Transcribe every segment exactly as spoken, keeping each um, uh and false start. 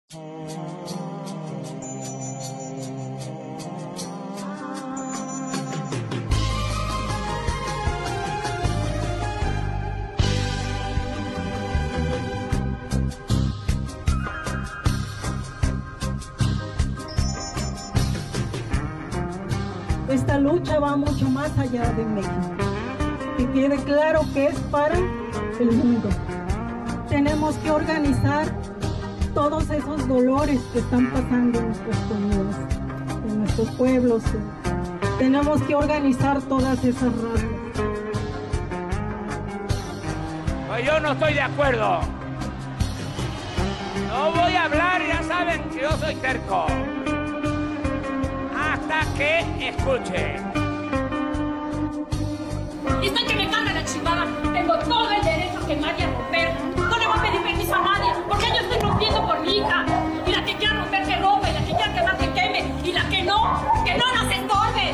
Esta lucha va mucho más allá de México. Que quede claro que es para el mundo. Tenemos que organizar todos esos dolores que están pasando en nuestras comunidades, en nuestros pueblos. Tenemos que organizar todas esas razas. Pues yo no estoy de acuerdo. No voy a hablar, ya saben que yo soy terco. Hasta que escuche. Y estoy que me carga la chingada. Tengo todo el derecho a quemar y a romper. No le voy a pedir permiso a nadie, porque yo estoy rompiendo por mi hija. Y la que quiera romper, que rompa. Y la que quiera quemar, que queme. Y la que no, que no nos estorbe.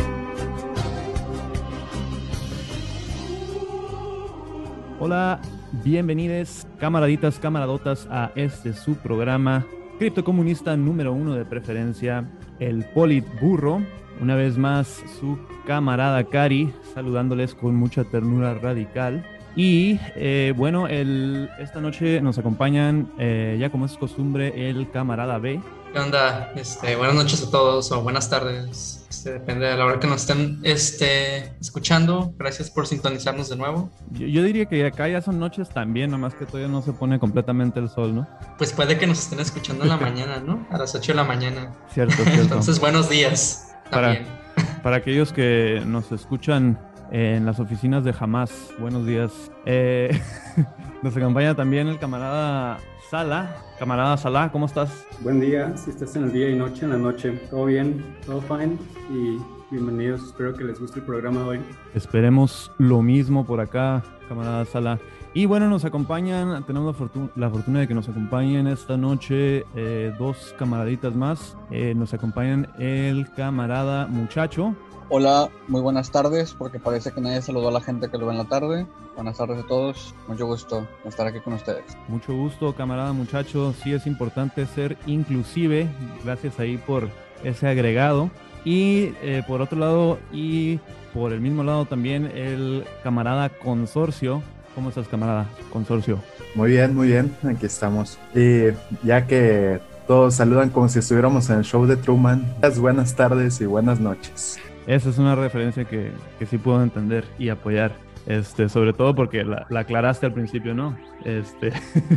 Hola, bienvenidos, camaraditas, camaradotas, a este su programa criptocomunista número uno de preferencia, el Politburro. Una vez más, su camarada Cari, saludándoles con mucha ternura radical. Y eh, bueno, el, esta noche nos acompañan, eh, ya como es costumbre, el camarada B. ¿Qué onda? Este, buenas noches a todos o buenas tardes. Este, depende de la hora que nos estén este, escuchando. Gracias por sintonizarnos de nuevo. Yo, yo diría que acá ya son noches también, nomás que todavía no se pone completamente el sol, ¿no? Pues puede que nos estén escuchando en la mañana, ¿no? A las ocho de la mañana. Cierto, cierto. Entonces, buenos días. Para, para aquellos que nos escuchan en las oficinas de Hamas, buenos días. Eh, nos acompaña también el camarada Sala. Camarada Sala, ¿cómo estás? Buen día, si estás en el día y noche, en la noche. ¿Todo bien? ¿Todo fine? Y bienvenidos, espero que les guste el programa de hoy. Esperemos lo mismo por acá, camarada Sala. Y bueno, nos acompañan, tenemos la, fortuna, la fortuna de que nos acompañen esta noche eh, dos camaraditas más. Eh, nos acompañan el camarada Muchacho. Hola, muy buenas tardes, porque parece que nadie saludó a la gente que lo ve en la tarde. Buenas tardes a todos, mucho gusto estar aquí con ustedes. Mucho gusto, camarada Muchacho. Sí es importante ser inclusive, gracias ahí por ese agregado. Y eh, por otro lado, y por el mismo lado también, el camarada Consorcio. ¿Cómo estás, camarada Consorcio? Muy bien, muy bien, aquí estamos. Y ya que todos saludan como si estuviéramos en el show de Truman, buenas tardes y buenas noches. Esa es una referencia que, que sí puedo entender y apoyar, este, sobre todo porque la, la aclaraste al principio, ¿no? Este,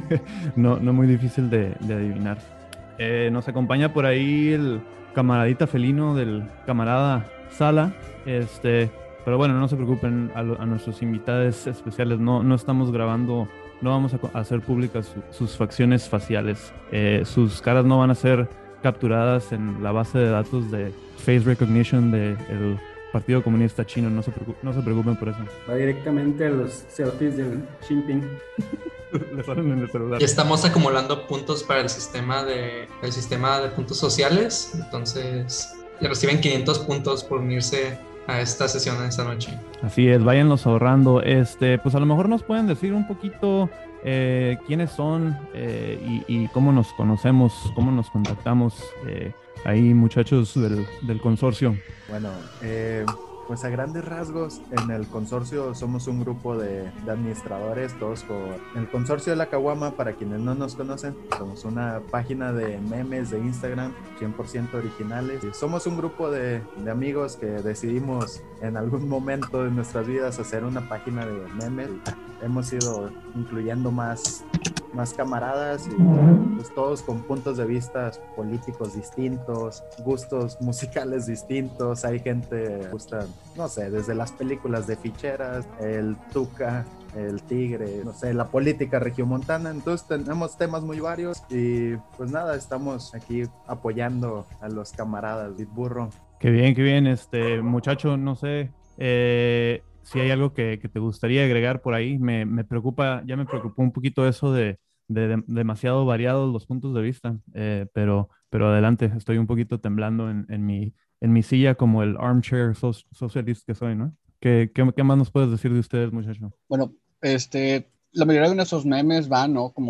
no, no muy difícil de, de adivinar. Eh, nos acompaña por ahí el camaradita felino del camarada Sala, este... Pero bueno, no se preocupen a, lo, a nuestros invitados especiales, no, no estamos grabando, no vamos a, a hacer públicas su, sus facciones faciales. Eh, sus caras no van a ser capturadas en la base de datos de face recognition del Partido Comunista Chino, no se, no se preocupen por eso. Va directamente a los selfies del Xi Jinping. Le salen en el celular. Y estamos acumulando puntos para el sistema de, el sistema de puntos sociales, entonces le reciben quinientos puntos por unirse a esta sesión esta noche. Así es, váyanlos ahorrando. Este, pues a lo mejor nos pueden decir un poquito eh, quiénes son eh, y, y cómo nos conocemos, cómo nos contactamos eh, ahí, muchachos del, del consorcio. Bueno, eh, pues a grandes rasgos, en el consorcio somos un grupo de, de administradores, todos por el consorcio de la Caguama. Para quienes no nos conocen, somos una página de memes de Instagram cien por ciento originales. Y somos un grupo de, de amigos que decidimos en algún momento de nuestras vidas hacer una página de memes. Hemos ido incluyendo más, más camaradas y pues todos con puntos de vista políticos distintos, gustos musicales distintos. Hay gente que gusta, no sé, desde las películas de ficheras, el Tuca, el Tigre, no sé, la política regiomontana. Entonces tenemos temas muy varios y pues nada, estamos aquí apoyando a los camaradas del burro. Qué bien, qué bien, este muchacho, no sé eh, si hay algo que, que te gustaría agregar por ahí. Me, me preocupa, ya me preocupó un poquito eso de, de, de demasiado variados los puntos de vista, eh, pero, pero adelante, estoy un poquito temblando en, en, mi, en mi silla como el armchair so- socialist que soy, ¿no? ¿Qué, qué, ¿Qué más nos puedes decir de ustedes, muchacho? Bueno, este, la mayoría de nuestros memes van, ¿no? Como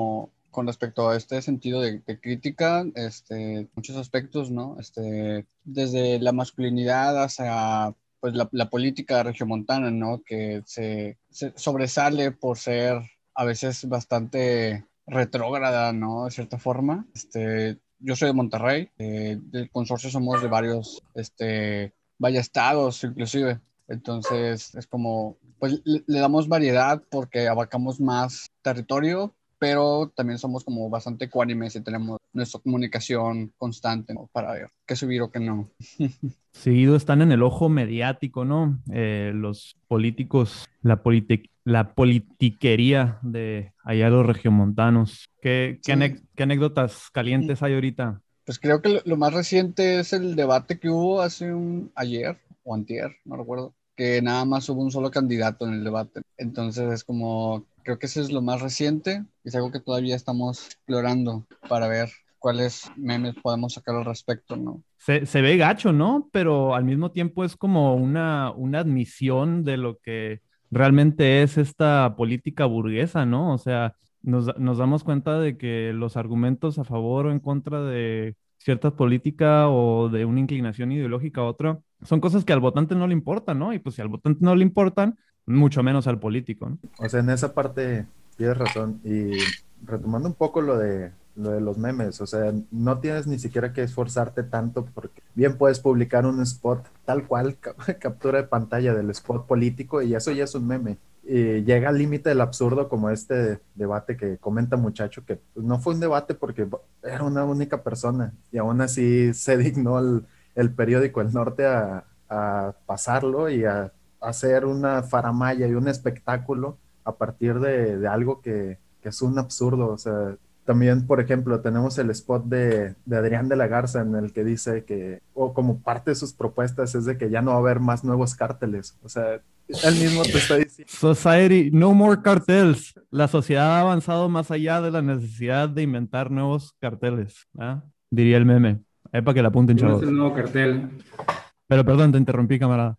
con respecto a este sentido de, de crítica, este, muchos aspectos, ¿no? Este, desde la masculinidad hacia pues, la, la política regiomontana, ¿no? Que se, se sobresale por ser a veces bastante retrógrada, ¿no? De cierta forma. Este, yo soy de Monterrey, eh, del consorcio somos de varios, este, vaya estados inclusive. Entonces es como, pues le, le damos variedad porque abarcamos más territorio, pero también somos como bastante ecuánimes y tenemos nuestra comunicación constante, ¿no? Para ver qué subir o qué no. Seguido están en el ojo mediático, ¿no? Eh, los políticos, la, politi- la politiquería de allá los regiomontanos. ¿Qué, qué, Sí. anec- qué anécdotas calientes hay ahorita? Pues creo que lo, lo más reciente es el debate que hubo hace un ayer o antier, no recuerdo, que nada más hubo un solo candidato en el debate. Entonces es como, creo que ese es lo más reciente y es algo que todavía estamos explorando para ver cuáles memes podemos sacar al respecto, ¿no? Se, se ve gacho, ¿no? Pero al mismo tiempo es como una, una admisión de lo que realmente es esta política burguesa, ¿no? O sea, nos, nos damos cuenta de que los argumentos a favor o en contra de cierta política o de una inclinación ideológica a otra son cosas que al votante no le importan, ¿no? Y pues si al votante no le importan, mucho menos al político, ¿no? O sea, en esa parte tienes razón. Y retomando un poco lo de, lo de los memes, o sea, no tienes ni siquiera que esforzarte tanto porque bien puedes publicar un spot tal cual, ca- captura de pantalla del spot político y eso ya es un meme. Y llega al límite del absurdo como este debate que comenta muchacho, que pues, no fue un debate porque era una única persona y aún así se dignó el, el periódico El Norte a, a pasarlo y a hacer una faramaya y un espectáculo a partir de, de algo que, que es un absurdo. O sea, también, por ejemplo, tenemos el spot de, de Adrián de la Garza en el que dice que, o como parte de sus propuestas es de que ya no va a haber más nuevos cárteles. O sea, él mismo te está diciendo. Society, no more cartels. La sociedad ha avanzado más allá de la necesidad de inventar nuevos carteles, ¿ah? Diría el meme. Es para que la apunten, Uno es chavos. el nuevo cartel. Pero perdón, te interrumpí, camarada.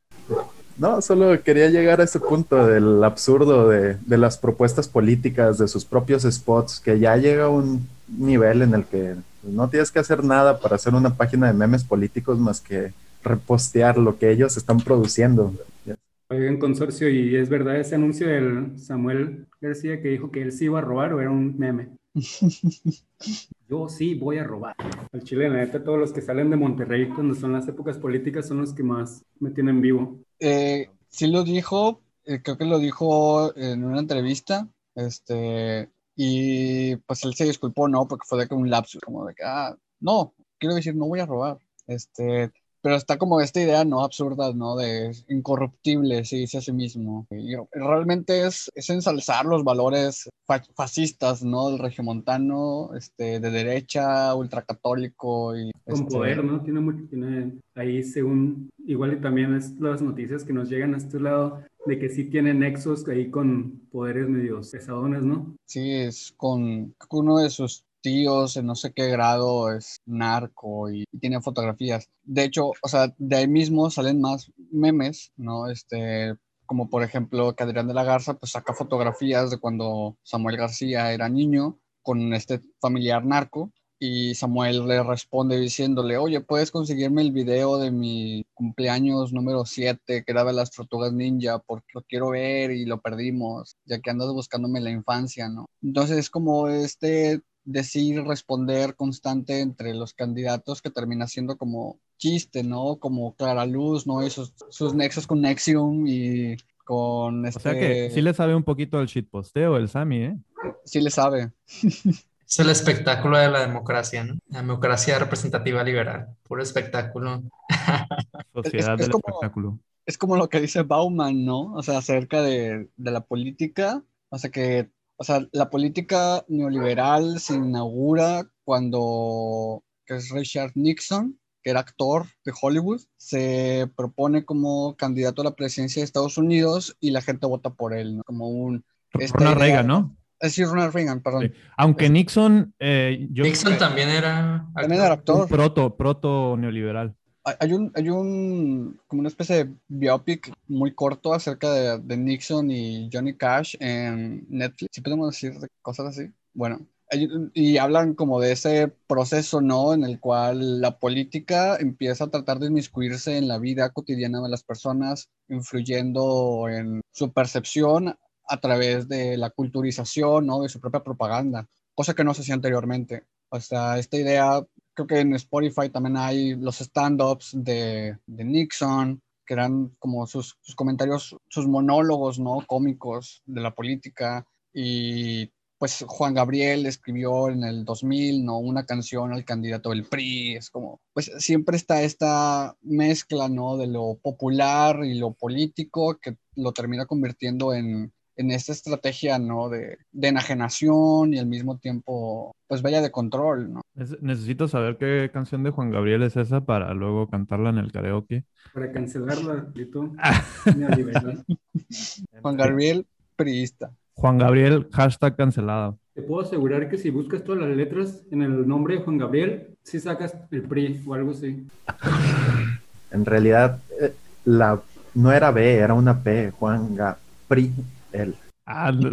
No, solo quería llegar a ese punto del absurdo de, de las propuestas políticas, de sus propios spots, que ya llega a un nivel en el que no tienes que hacer nada para hacer una página de memes políticos más que repostear lo que ellos están produciendo. Oiga, en consorcio, ¿y es verdad ese anuncio del Samuel García que dijo que él sí iba a robar o era un meme? Yo sí voy a robar. Al chile, la neta, todos los que salen de Monterrey cuando son las épocas políticas son los que más me tienen vivo. Eh, sí lo dijo, eh, creo que lo dijo en una entrevista, este, y pues él se disculpó, ¿no? Porque fue de que un lapsus, como de que, ah, no, quiero decir, no voy a robar, este, pero está como esta idea, ¿no? Absurda, ¿no? De incorruptible, se dice a sí mismo. Y realmente es, es ensalzar los valores fa- fascistas, ¿no? Del regiomontano, este, de derecha, ultracatólico y... Con este, poder, ¿no? Tiene, mucho, tiene ahí, según, igual y también es las noticias que nos llegan a este lado, de que sí tiene nexos ahí con poderes medios pesadones, ¿no? Sí, es con, con uno de sus tíos en no sé qué grado es narco y, y tiene fotografías. De hecho, o sea, de ahí mismo salen más memes, ¿no? Este, como por ejemplo que Adrián de la Garza pues saca fotografías de cuando Samuel García era niño con este familiar narco y Samuel le responde diciéndole, oye, ¿puedes conseguirme el video de mi cumpleaños número siete que era de las Tortugas Ninja? Porque lo quiero ver y lo perdimos, ya que andas buscándome la infancia, ¿no? Entonces es como este decir, responder constante entre los candidatos que termina siendo como chiste, ¿no? Como Clara Luz, ¿no? Y sus, sus nexos con Nexium y con O sea que sí este... le sabe un poquito al shitposteo el Sammy, ¿eh? Sí le sabe. Es el espectáculo de la democracia, ¿no? La democracia representativa liberal, puro espectáculo. Es, es- Sociedad es del como... espectáculo. Es como lo que dice Bauman, ¿no? O sea, acerca de, de la política. O sea, que, o sea, la política neoliberal se inaugura cuando, que es Richard Nixon, que era actor de Hollywood, se propone como candidato a la presidencia de Estados Unidos y la gente vota por él, ¿no? Como un, esta Ronald idea, Reagan, ¿no? es decir, Ronald Reagan, Sí. perdón. Aunque Es- Nixon, eh, yo creo Nixon que también era también era actor. un actor. proto, proto neoliberal. Hay hay un, hay un, como una especie de biopic muy corto acerca de, de Nixon y Johnny Cash en Netflix. ¿Sí podemos decir de cosas así? Bueno, Y hablan como de ese proceso, ¿no? En el cual la política empieza a tratar de inmiscuirse en la vida cotidiana de las personas, influyendo en su percepción a través de la culturización, ¿no? De su propia propaganda, cosa que no se hacía anteriormente. O sea, esta idea, creo que en Spotify también hay los stand-ups de, de Nixon, que eran como sus, sus comentarios, sus monólogos, ¿no? Cómicos de la política. Y pues Juan Gabriel escribió en el dos mil, ¿no? Una canción al candidato del P R I. Es como, pues siempre está esta mezcla, ¿no? De lo popular y lo político que lo termina convirtiendo en, en esta estrategia, ¿no? De, de enajenación y al mismo tiempo, pues vaya de control, ¿no? Es- necesito saber qué canción de Juan Gabriel es esa para luego cantarla en el karaoke. Para cancelarla, ¿y tú? Neoliberal. Juan Gabriel, priista. Juan Gabriel, hashtag cancelado. Te puedo asegurar que si buscas todas las letras en el nombre de Juan Gabriel, sí sacas el P R I o algo así. En realidad, eh, la, no era B, era una P, Juan Gabriel. Ah, no.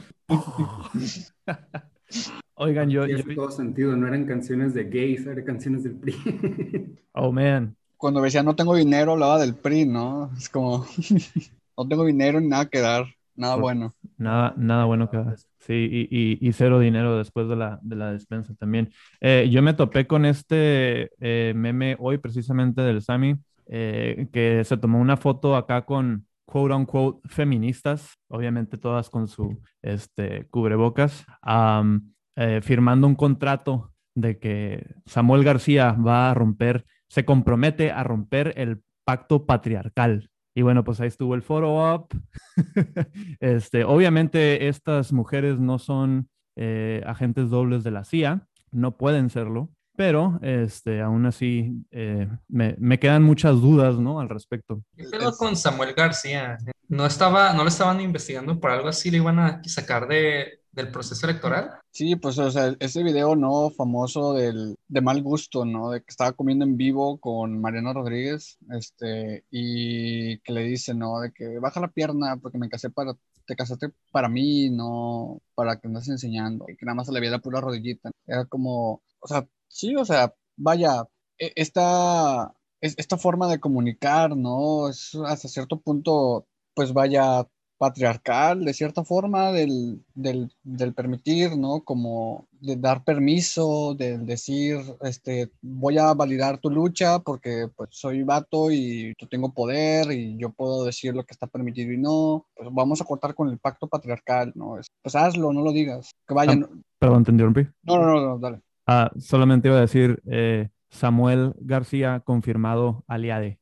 Oigan, yo, Sí, yo hace vi- todo sentido, no eran canciones de gays, eran canciones del P R I. Oh, man. Cuando decía no tengo dinero, hablaba del P R I, ¿no? Es como, no tengo dinero ni nada que dar, nada Por- bueno. Nada, nada bueno que ver. Sí, y, y- y cero dinero después de la, de la despensa también. Eh, yo me topé con este eh, meme hoy precisamente del Sammy, eh, que se tomó una foto acá con quote unquote feministas, obviamente todas con su este, cubrebocas, am, eh, firmando un contrato de que Samuel García va a romper, se compromete a romper el pacto patriarcal. Y bueno, pues ahí estuvo el photo op. Este, obviamente estas mujeres no son eh, agentes dobles de la C I A, no pueden serlo, pero este, aún así eh, me, me quedan muchas dudas, ¿no? Al respecto. ¿Qué pedo con Samuel García? ¿No estaba, no lo estaban investigando por algo así? ¿Le iban a sacar de, del proceso electoral? Sí, pues, o sea, ese video, ¿no? Famoso del, de mal gusto, ¿no? De que estaba comiendo en vivo con Mariana Rodríguez, este, y que le dice, ¿no? De que baja la pierna porque me casé para, te casaste para mí, no para que andas enseñando, y que nada más se le veía la pura rodillita. Era como, o sea, sí, o sea, vaya, e- esta, es- esta forma de comunicar, ¿no? Es hasta cierto punto, pues vaya patriarcal, de cierta forma, del, del, del permitir, ¿no? Como de dar permiso, del decir, este, voy a validar tu lucha porque pues soy vato y yo tengo poder y yo puedo decir lo que está permitido y no, pues vamos a cortar con el pacto patriarcal, ¿no? Es- Pues hazlo, no lo digas, que Ah, vayan. perdón, te interrumpí. No, no, no, no, dale. Ah, solamente iba a decir eh, Samuel García confirmado aliade.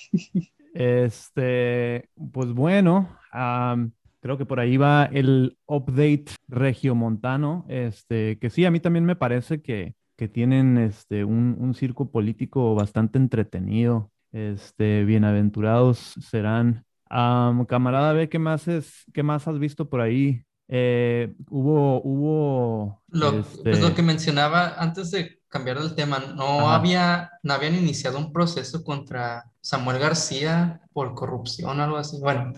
Este, pues bueno, am, creo que por ahí va el update regiomontano, este, que sí, a mí también me parece que, que tienen este, un, un circo político bastante entretenido. Este, bienaventurados serán. Am, camarada, ve qué más es, qué más has visto por ahí. Eh, hubo, hubo, Lo, pues lo este, que mencionaba antes de cambiar del tema, no ajá. había, no habían iniciado un proceso contra Samuel García por corrupción o algo así. Bueno,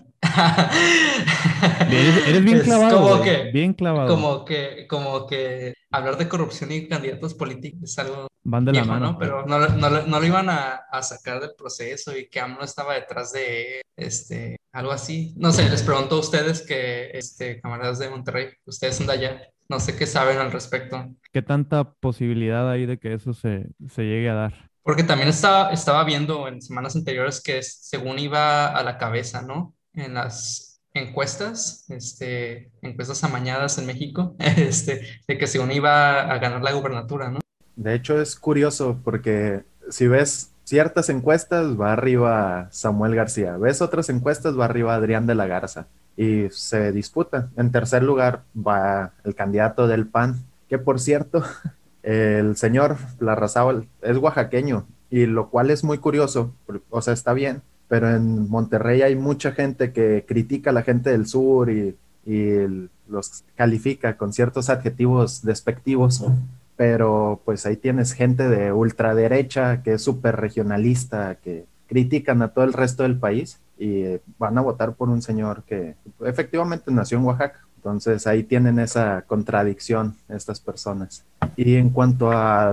Eres, eres bien es clavado, como güey, que, bien clavado. como que, como que hablar de corrupción y candidatos políticos es algo Van de la viejo, mano. ¿no? Pero no, lo- no, lo- no lo iban a, a sacar del proceso y que AMLO estaba detrás de este, algo así. No sé, les pregunto a ustedes que, este, camaradas de Monterrey, ustedes son de allá, no sé qué saben al respecto. ¿Qué tanta posibilidad hay de que eso se, se llegue a dar? Porque también estaba, estaba viendo en semanas anteriores que es- según iba a la cabeza, ¿no? En las encuestas, este, encuestas amañadas en México, este, de que según iba a ganar la gubernatura, ¿no? De hecho, es curioso porque si ves ciertas encuestas, va arriba Samuel García. Ves otras encuestas, va arriba Adrián de la Garza. Y se disputa. En tercer lugar va el candidato del P A N, que por cierto, el señor Larrazábal es oaxaqueño, y lo cual es muy curioso, o sea, está bien, pero en Monterrey hay mucha gente que critica a la gente del sur y, y los califica con ciertos adjetivos despectivos. Pero pues ahí tienes gente de ultraderecha que es súper regionalista, que critican a todo el resto del país y van a votar por un señor que efectivamente nació en Oaxaca. Entonces ahí tienen esa contradicción estas personas. Y en cuanto a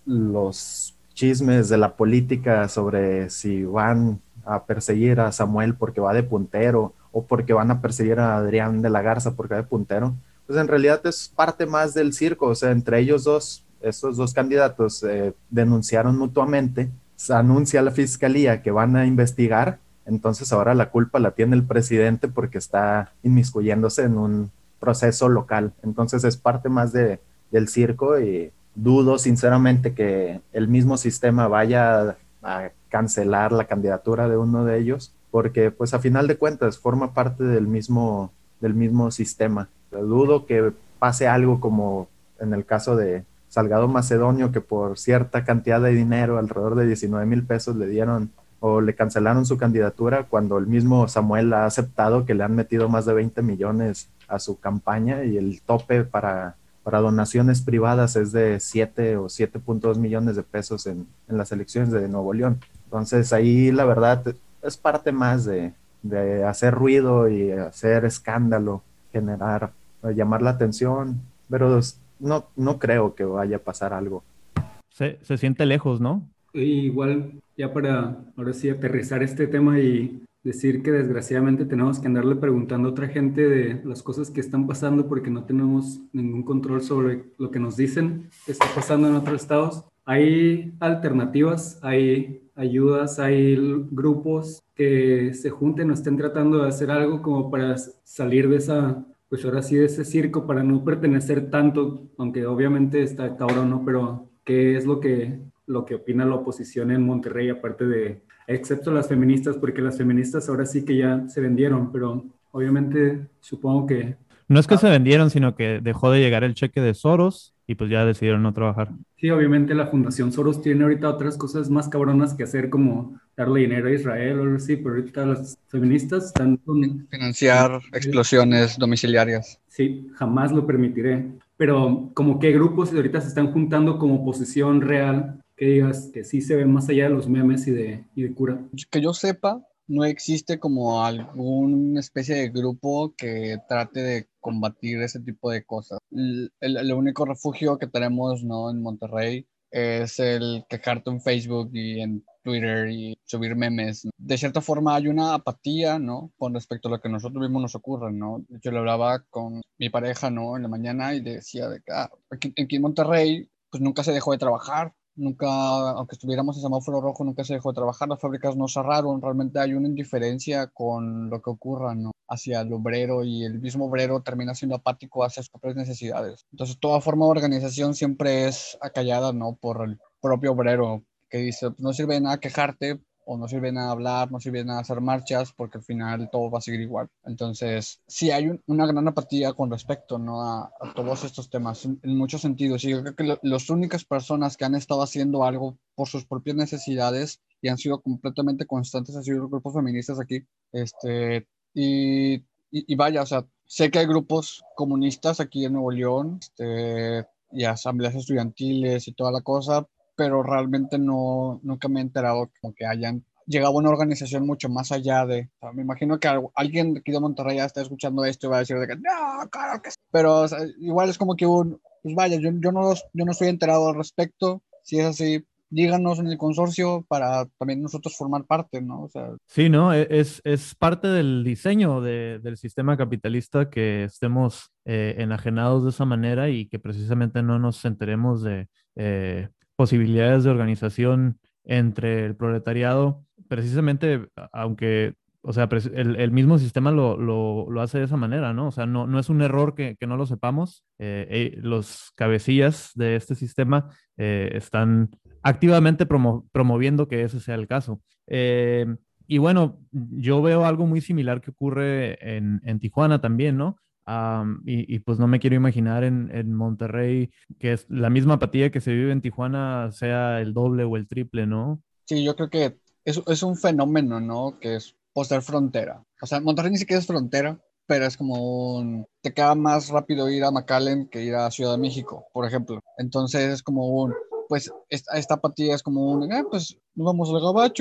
los chismes de la política sobre si van a perseguir a Samuel porque va de puntero o porque van a perseguir a Adrián de la Garza porque va de puntero, pues en realidad es parte más del circo. O sea, entre ellos dos, estos dos candidatos eh, denunciaron mutuamente, se anuncia a la fiscalía que van a investigar, entonces ahora la culpa la tiene el presidente porque está inmiscuyéndose en un proceso local. Entonces es parte más de, del circo y dudo sinceramente que el mismo sistema vaya a cancelar la candidatura de uno de ellos, porque pues a final de cuentas forma parte del mismo, del mismo sistema. Pero dudo que pase algo como en el caso de Salgado Macedonio, que por cierta cantidad de dinero, alrededor de diecinueve mil pesos, le dieron o le cancelaron su candidatura, cuando el mismo Samuel ha aceptado que le han metido más de veinte millones a su campaña y el tope para, para donaciones privadas es de siete o siete punto dos millones de pesos en, en las elecciones de Nuevo León. Entonces ahí la verdad es parte más de, de hacer ruido y hacer escándalo, generar, llamar la atención, pero no, no creo que vaya a pasar algo. Se, se siente lejos, ¿no? Y igual, ya para ahora sí aterrizar este tema y decir que desgraciadamente tenemos que andarle preguntando a otra gente de las cosas que están pasando porque no tenemos ningún control sobre lo que nos dicen que está pasando en otros estados. Hay alternativas, hay ayudas, hay grupos que se junten o estén tratando de hacer algo como para salir de esa, pues ahora sí de ese circo, para no pertenecer tanto, aunque obviamente está cabrón, ¿no? Pero ¿qué es lo que, lo que opina la oposición en Monterrey, aparte de, excepto las feministas, porque las feministas ahora sí que ya se vendieron, pero obviamente supongo que... No es que se vendieron, sino que dejó de llegar el cheque de Soros y pues ya decidieron no trabajar. Sí, obviamente la Fundación Soros tiene ahorita otras cosas más cabronas que hacer, como darle dinero a Israel o algo así, pero ahorita las feministas están con... Financiar explosiones domiciliarias. Sí, jamás lo permitiré. Pero como qué grupos ahorita se están juntando como oposición real, que digas que sí se ve más allá de los memes y de, y de cura. Que yo sepa, no existe como alguna especie de grupo que trate de combatir ese tipo de cosas. El, el, el único refugio que tenemos, ¿no?, en Monterrey es el quejarte en Facebook y en Twitter y subir memes. De cierta forma hay una apatía, ¿no?, con respecto a lo que nosotros mismos nos ocurre, ¿no? Yo lo hablaba con mi pareja, ¿no?, en la mañana y decía de que ah, aquí, aquí en Monterrey pues nunca se dejó de trabajar. Nunca, aunque estuviéramos en semáforo rojo, nunca se dejó de trabajar, las fábricas no cerraron, realmente hay una indiferencia con lo que ocurra, ¿no?, hacia el obrero, y el mismo obrero termina siendo apático hacia sus propias necesidades. Entonces toda forma de organización siempre es acallada, ¿no?, por el propio obrero, que dice, no sirve de nada quejarte, o no sirve de nada hablar, no sirve de nada hacer marchas, porque al final todo va a seguir igual. Entonces, sí hay un, una gran apatía con respecto, ¿no?, a, a todos estos temas, en, en muchos sentidos. Y yo creo que lo, las únicas personas que han estado haciendo algo por sus propias necesidades y han sido completamente constantes han sido los grupos feministas aquí. Este, y, y, y vaya, o sea, sé que hay grupos comunistas aquí en Nuevo León, este, y asambleas estudiantiles y toda la cosa, pero realmente no, nunca me he enterado como que hayan llegado a una organización mucho más allá de... O sea, me imagino que alguien de aquí de Monterrey ya está escuchando esto y va a decir de que no, claro que sí. Pero o sea, igual es como que un... Pues vaya, yo, yo, no, yo no estoy enterado al respecto. Si es así, díganos en el consorcio para también nosotros formar parte, ¿no? O sea... Sí, ¿no? Es, es parte del diseño de, del sistema capitalista que estemos eh, enajenados de esa manera y que precisamente no nos enteremos de... Eh, posibilidades de organización entre el proletariado, precisamente, aunque, o sea, el, el mismo sistema lo, lo, lo, hace de esa manera, ¿no? O sea, no, no es un error que, que no lo sepamos. Eh, eh, los cabecillas de este sistema eh, están activamente promo promoviendo que ese sea el caso. Eh, y bueno, yo veo algo muy similar que ocurre en, en Tijuana también, ¿no? Um, y, y pues no me quiero imaginar en, en Monterrey que es la misma apatía que se vive en Tijuana sea el doble o el triple, ¿no? Sí, yo creo que es, es un fenómeno, ¿no?, que es por ser frontera. O sea, Monterrey ni siquiera es frontera, pero es como un... Te queda más rápido ir a McAllen que ir a Ciudad de México, por ejemplo. Entonces es como un... Pues esta, esta apatía es como un... Eh, pues nos vamos al gabacho,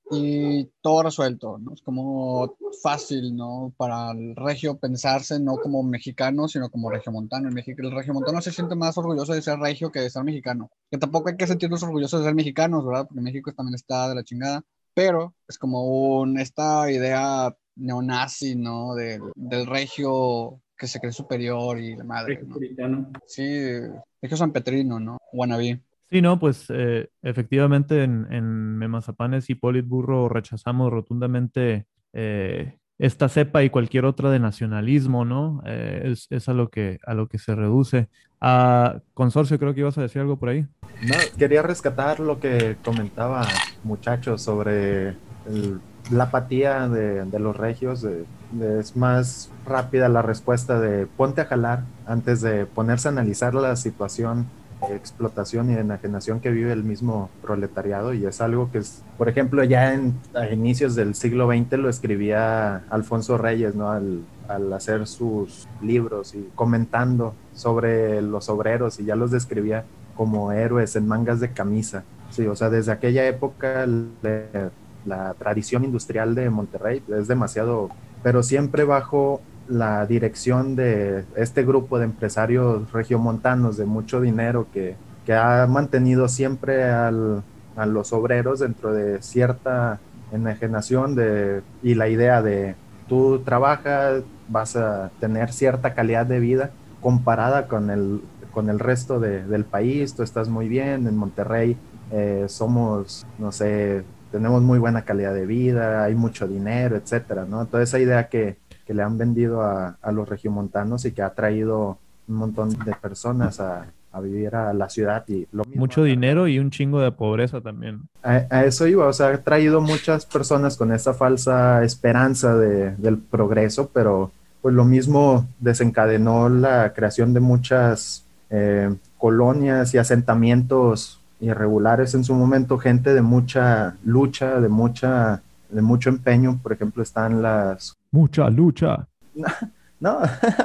y todo resuelto, ¿no? Es como fácil, ¿no? Para el regio pensarse no como mexicano, sino como regiomontano. El, México, el regiomontano se siente más orgulloso de ser regio que de ser mexicano. Que tampoco hay que sentirnos orgullosos de ser mexicanos, ¿verdad? Porque México también está de la chingada. Pero es como un, esta idea neonazi, ¿no? Del, del regio que se cree superior y la madre, ¿no? Puritano. Sí, regio sanpetrino, ¿no? Wannabe. Sí, no, pues eh, efectivamente en, en Memazapanes y Politburro rechazamos rotundamente eh, esta cepa y cualquier otra de nacionalismo, ¿no? Eh, es, es a lo que, a lo que se reduce. A Consorcio, creo que ibas a decir algo por ahí. No, quería rescatar lo que comentaba muchachos sobre el- la apatía de, de los regios. De- de- es más rápida la respuesta de ponte a jalar antes de ponerse a analizar la situación de explotación y de enajenación que vive el mismo proletariado, y es algo que es, por ejemplo, ya en, a inicios del siglo veinte lo escribía Alfonso Reyes, ¿no? Al, al hacer sus libros y comentando sobre los obreros, y ya los describía como héroes en mangas de camisa. Sí, o sea, desde aquella época le, la tradición industrial de Monterrey es demasiado, pero siempre bajo la dirección de este grupo de empresarios regiomontanos de mucho dinero que, que ha mantenido siempre al, a los obreros dentro de cierta enajenación de, y la idea de tú trabajas, vas a tener cierta calidad de vida comparada con el, con el resto de, del país. Tú estás muy bien en Monterrey, eh, somos, no sé, tenemos muy buena calidad de vida, hay mucho dinero, etcétera, ¿no? Toda esa idea que, que le han vendido a, a los regiomontanos y que ha traído un montón de personas a, a vivir a la ciudad, y lo mismo Mucho dinero y un chingo de pobreza también. a, a eso iba, o sea, ha traído muchas personas con esa falsa esperanza de, del progreso, pero pues lo mismo desencadenó la creación de muchas eh, colonias y asentamientos irregulares en su momento, gente de mucha lucha, de mucha, de mucho empeño. Por ejemplo, están las... Mucha lucha. No,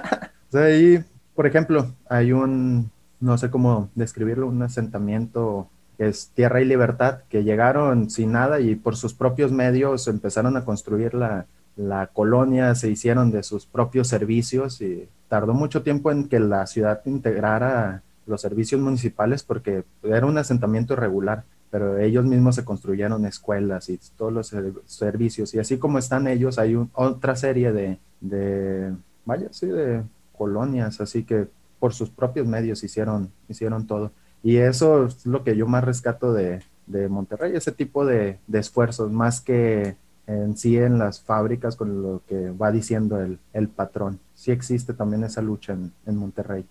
o sea, ahí, por ejemplo, hay un, no sé cómo describirlo, un asentamiento que es Tierra y Libertad, que llegaron sin nada y por sus propios medios empezaron a construir la, la colonia, se hicieron de sus propios servicios, y tardó mucho tiempo en que la ciudad integrara los servicios municipales porque era un asentamiento irregular, pero ellos mismos se construyeron escuelas y todos los ser- servicios, y así como están ellos, hay un- otra serie de, de, vaya, sí, de colonias, así que por sus propios medios hicieron, hicieron todo. Y eso es lo que yo más rescato de, de Monterrey, ese tipo de, de esfuerzos, más que en sí en las fábricas con lo que va diciendo el, el patrón. Sí existe también esa lucha en, en Monterrey.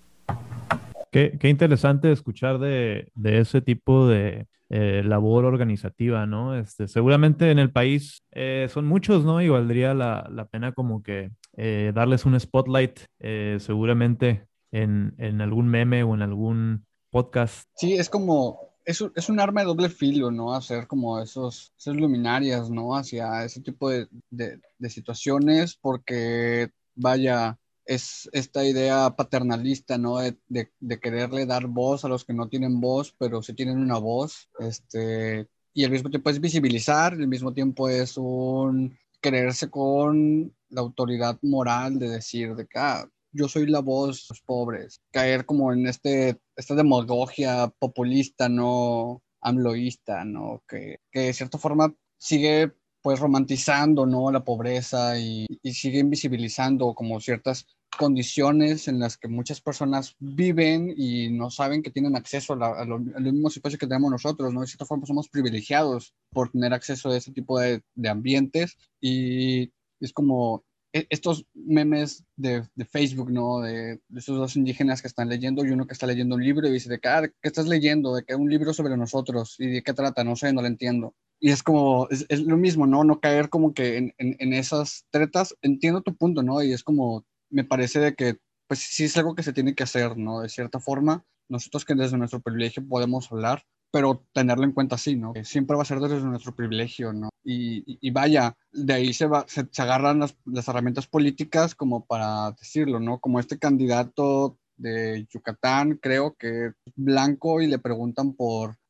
Qué, qué interesante escuchar de, de ese tipo de eh, labor organizativa, ¿no? Este, seguramente en el país eh, son muchos, ¿no? Y valdría la, la pena como que eh, darles un spotlight, eh, seguramente en, en algún meme o en algún podcast. Sí, es como, es un, es un arma de doble filo, ¿no? Hacer como esos, esas luminarias, ¿no? Hacia ese tipo de, de, de situaciones, porque, vaya, es esta idea paternalista, ¿no? De, de, de quererle dar voz a los que no tienen voz, pero sí tienen una voz, este, y al mismo tiempo es visibilizar, al mismo tiempo es un creerse con la autoridad moral de decir de que, ah, yo soy la voz de los pobres, caer como en este, esta demagogia populista, no amloísta, ¿no? Que, que de cierta forma sigue pues romantizando, ¿no? La pobreza y, y sigue invisibilizando como ciertas condiciones en las que muchas personas viven y no saben que tienen acceso a, la, a, lo, a los mismos espacios que tenemos nosotros, ¿no? De cierta forma somos privilegiados por tener acceso a ese tipo de, de ambientes, y es como estos memes de, de Facebook, ¿no? De, de esos dos indígenas que están leyendo y uno que está leyendo un libro y dice de que, ah, ¿qué estás leyendo? De que un libro sobre nosotros, y de qué trata, no sé, no lo entiendo. Y es como, es, es lo mismo, ¿no? No caer como que en, en, en esas tretas. Entiendo tu punto, ¿no? Y es como, me parece de que, pues sí es algo que se tiene que hacer, ¿no? De cierta forma, nosotros que desde nuestro privilegio podemos hablar, pero tenerlo en cuenta así, ¿no? Que siempre va a ser desde nuestro privilegio, ¿no? Y, y, y vaya, de ahí se, va, se, se agarran las, las herramientas políticas como para decirlo, ¿no? Como este candidato de Yucatán, creo que es blanco, y le preguntan por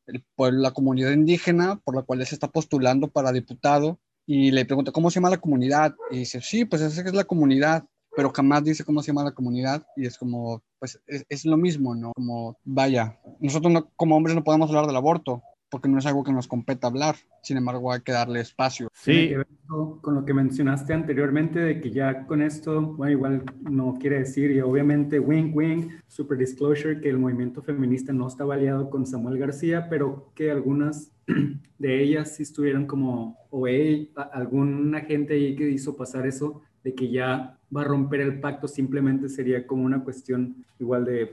el pueblo, la comunidad indígena por la cual él se está postulando para diputado, y le pregunta cómo se llama la comunidad, y dice, sí, pues esa es la comunidad, pero jamás dice cómo se llama la comunidad, y es como, pues es, es lo mismo, ¿no? Como, vaya, nosotros no, como hombres no podemos hablar del aborto, porque no es algo que nos compete hablar, sin embargo hay que darle espacio. Tiene Sí, que ver con con lo que mencionaste anteriormente, de que ya con esto, bueno, igual no quiere decir, y obviamente wink wink, super disclosure, que el movimiento feminista no estaba aliado con Samuel García, pero que algunas de ellas sí estuvieron como, o él, a- algún agente ahí que hizo pasar eso, de que ya va a romper el pacto, simplemente sería como una cuestión igual de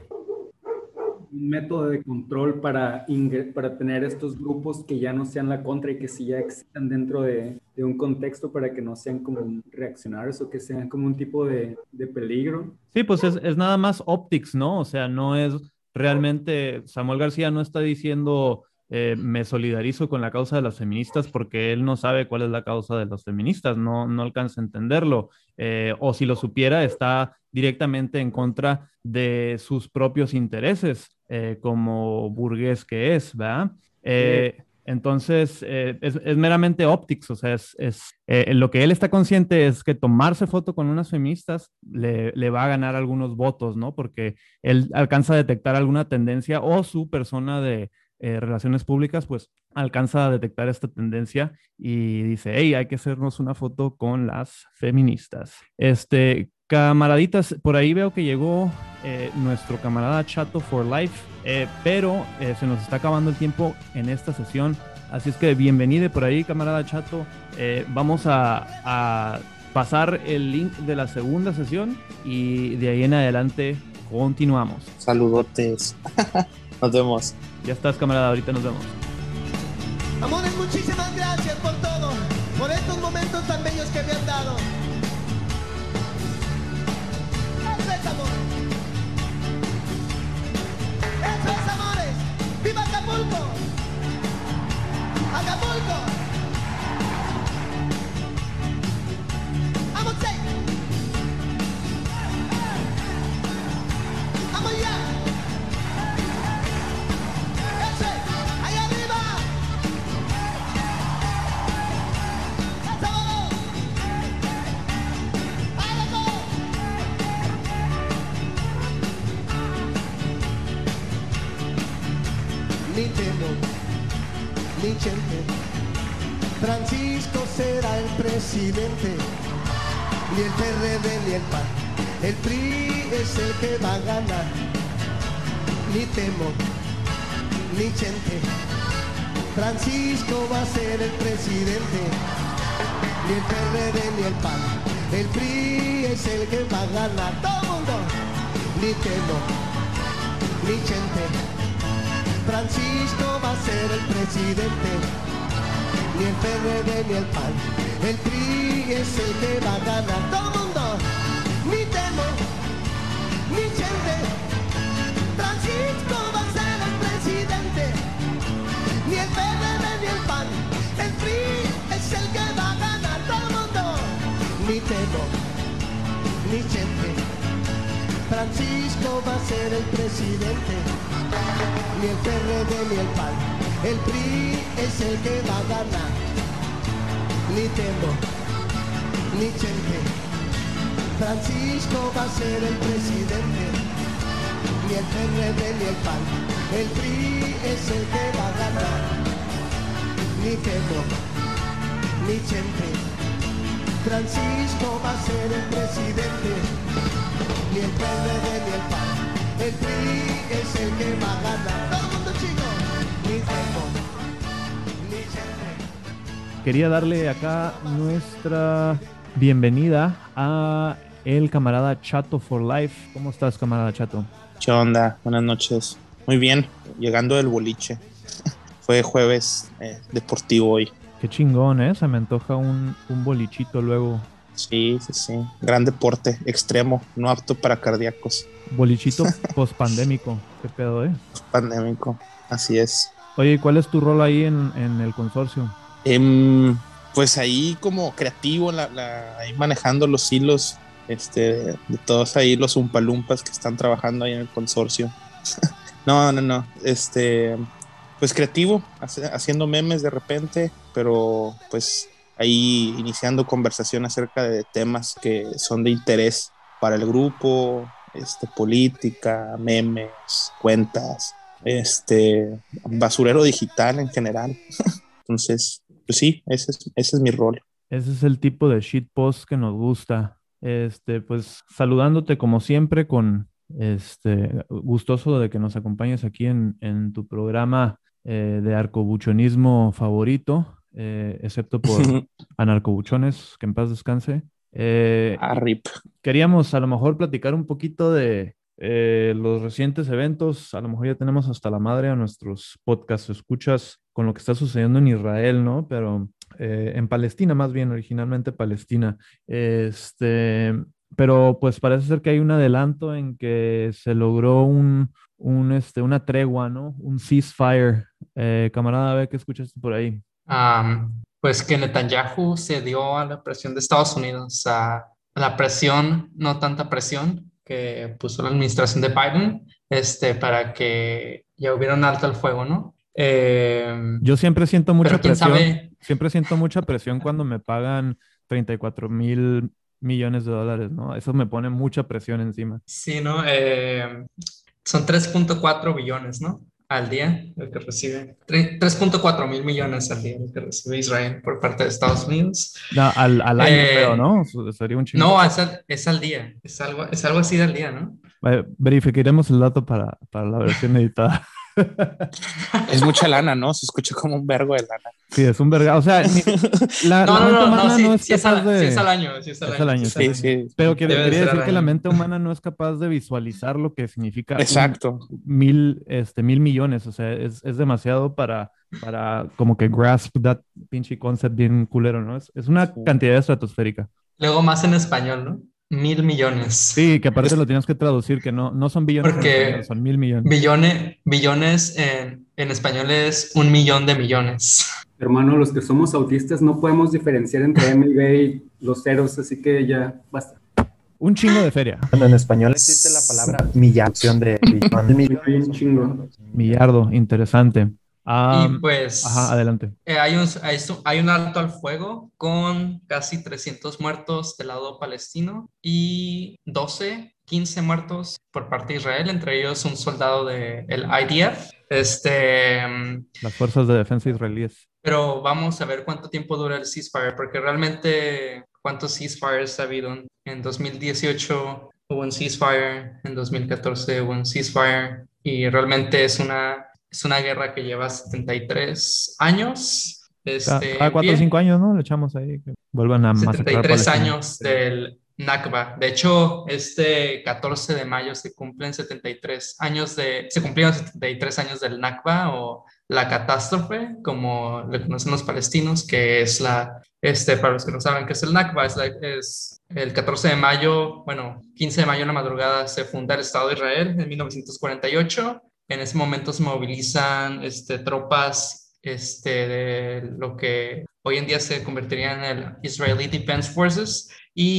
un método de control para, ingre- para tener estos grupos que ya no sean la contra y que sí ya existan dentro de, de un contexto, para que no sean como reaccionarios o que sean como un tipo de, de peligro. sí, pues es, es nada más optics, ¿no? O sea, no es realmente, Samuel García no está diciendo eh, me solidarizo con la causa de las feministas, porque él no sabe cuál es la causa de las feministas, no, no alcanza a entenderlo. Eh, o si lo supiera, está directamente en contra de sus propios intereses, eh, como burgués que es, ¿verdad? Eh, entonces, eh, es, es meramente optics, o sea, es, es eh, lo que él está consciente es que tomarse foto con unas feministas le, le va a ganar algunos votos, ¿no? Porque él alcanza a detectar alguna tendencia, o su persona de eh, relaciones públicas, pues alcanza a detectar esta tendencia y dice, hey, hay que hacernos una foto con las feministas. Este, camaraditas, por ahí veo que llegó eh, nuestro camarada Chato for Life, eh, pero eh, se nos está acabando el tiempo en esta sesión, así es que bienvenido por ahí, camarada Chato. Eh, vamos a, a pasar el link de la segunda sesión y de ahí en adelante continuamos. Saludotes. Nos vemos. Ya estás, camarada, ahorita nos vemos. Amores, muchísimas gracias por todo, por estos momentos tan bellos que me han dado. Eso es amor. Eso es amores. ¡Viva Acapulco! ¡Acapulco! ¡Vamos, sí! ¡Vamos ya! ¡Eso es! ¡Ahí arriba! ¡Eso! ¡Ahí lo Ni temo, ni chente, Francisco será el presidente, ni el P R D ni el P A N, el P R I es el que va a ganar. Ni temo, ni chente, Francisco va a ser el presidente, ni el P R D ni el P A N, el P R I es el que va a ganar. Todo el mundo, ni temo, ni chente, Francisco va a ser el presidente, ni el P R D ni el P A N, el P R I es el que va a ganar. Todo el mundo, ni temo, ni chente, Francisco va a ser el presidente, ni el P R D ni el P A N, el P R I es el que va a ganar. Todo el mundo, ni temo, ni chente, Francisco va a ser el presidente, ni el P R D ni el P A N, el P R I es el que va a ganar. Ni temo, ni chente, Francisco va a ser el presidente, ni el P R D ni el P A N, el P R I es el que va a ganar. Ni temo, ni chente, Francisco va a ser el presidente, ni el P R D ni el P A N, el P R I es el que va a ganar. Todo el mundo, chicos, ni temo, ni chente. Quería darle acá nuestra bienvenida a el camarada Chato for Life. ¿Cómo estás, camarada Chato? ¿Qué onda? Buenas noches. Muy bien, llegando del boliche. Fue jueves eh, deportivo hoy. Qué chingón, ¿eh? Se me antoja un, un bolichito luego. Sí, sí, sí. Gran deporte, extremo, no apto para cardíacos. Bolichito pospandémico. Qué pedo, ¿eh? Pandémico, así es. Oye, ¿y cuál es tu rol ahí en, en el consorcio? Eh, pues ahí como creativo, la, la, ahí manejando los hilos este, de, de todos ahí los umpalumpas que están trabajando ahí en el consorcio. no, no, no. Este, pues creativo, hace, haciendo memes de repente, pero pues ahí iniciando conversación acerca de temas que son de interés para el grupo, este, política, memes, cuentas, este, basurero digital en general. Entonces, pues sí, ese es, ese es mi rol. Ese es el tipo de shitpost que nos gusta. Este, pues saludándote como siempre con este gustoso de que nos acompañes aquí en, en tu programa eh, de arcobuchonismo favorito, eh, excepto por anarcobuchones, que en paz descanse. Eh, Ah, rip. Queríamos a lo mejor platicar un poquito de eh, los recientes eventos. A lo mejor ya tenemos hasta la madre a nuestros podcast escuchas con lo que está sucediendo en Israel, ¿no? Pero eh, en Palestina, más bien, originalmente Palestina. Este, pero pues parece ser que hay un adelanto en que se logró un, un, este, una tregua, ¿no? Un ceasefire. Eh, camarada, a ver qué escuchaste por ahí. Um, pues que Netanyahu se dio a la presión de Estados Unidos, a la presión, no tanta presión, que puso la administración de Biden, este, para que ya hubiera un alto al fuego, ¿no? Eh, Yo siempre siento mucha pero quién presión, sabe. siempre siento mucha presión cuando me pagan treinta y cuatro mil millones de dólares, ¿no? Eso me pone mucha presión encima. Sí, ¿no? Eh, son tres punto cuatro billones, ¿no? Al día, el que recibe. tres punto cuatro mil millones al día, el que recibe Israel por parte de Estados Unidos. No, al, al año, Eh, creo, ¿no? Sería un chingo. No, es al, es al día. Es algo, es algo así del día, ¿no? Eh, verificaremos el dato para, para la versión editada. Es mucha lana, ¿no? Se escucha como un vergo de lana. Sí, es un verga. O sea, ni- la, No, la no, mente no, humana no, sí, no es sí es capaz al, de... sí es al año, sí es al Es al año. año, sí es al Sí, año. sí. Pero quiere- Debe de quería ser decir al que la año. mente humana no es capaz de visualizar lo que significa un- Exacto. mil, este, mil millones. O sea, es, es demasiado para, para como que grasp that pinche concept bien culero, ¿no? Es, es una cantidad estratosférica. Luego más en español, ¿no? Mil millones. Sí, que aparte lo tienes que traducir, que no, no son billones en español, Porque son mil millones. billones, billones en, en español es un millón de millones. Hermano, los que somos autistas no podemos diferenciar entre M y B y los ceros, así que ya basta. Un chingo de feria. Cuando en español existe la palabra millarción de billón. Hay un chingo. Millardo, interesante. Ah, Y pues ajá, adelante. eh, hay, un, hay, su- hay un alto al fuego con casi trescientos muertos del lado palestino y doce, quince muertos por parte de Israel, entre ellos un soldado del I D F. Este, mm, Las fuerzas de defensa israelíes. pero vamos a ver cuánto tiempo dura el ceasefire, porque realmente cuántos ceasefires ha habido. En dos mil dieciocho hubo un ceasefire, en dos mil catorce hubo un ceasefire y realmente es una, es una guerra que lleva setenta y tres años. Cada, Este, cada cuatro o bien, cinco años, ¿no? Le echamos ahí que vuelvan a setenta y masacrar tres Palestina. años del Nakba. De hecho, este catorce de mayo se cumplen setenta y tres años de, se cumplieron setenta y tres años del Nakba o la catástrofe, como le conocen los palestinos, que es la, este, para los que no saben qué es el Nakba, es, la, es el catorce de mayo, bueno, quince de mayo en la madrugada se funda el Estado de Israel en mil novecientos cuarenta y ocho. En ese momento se movilizan este, tropas este, de lo que hoy en día se convertiría en el Israeli Defense Forces,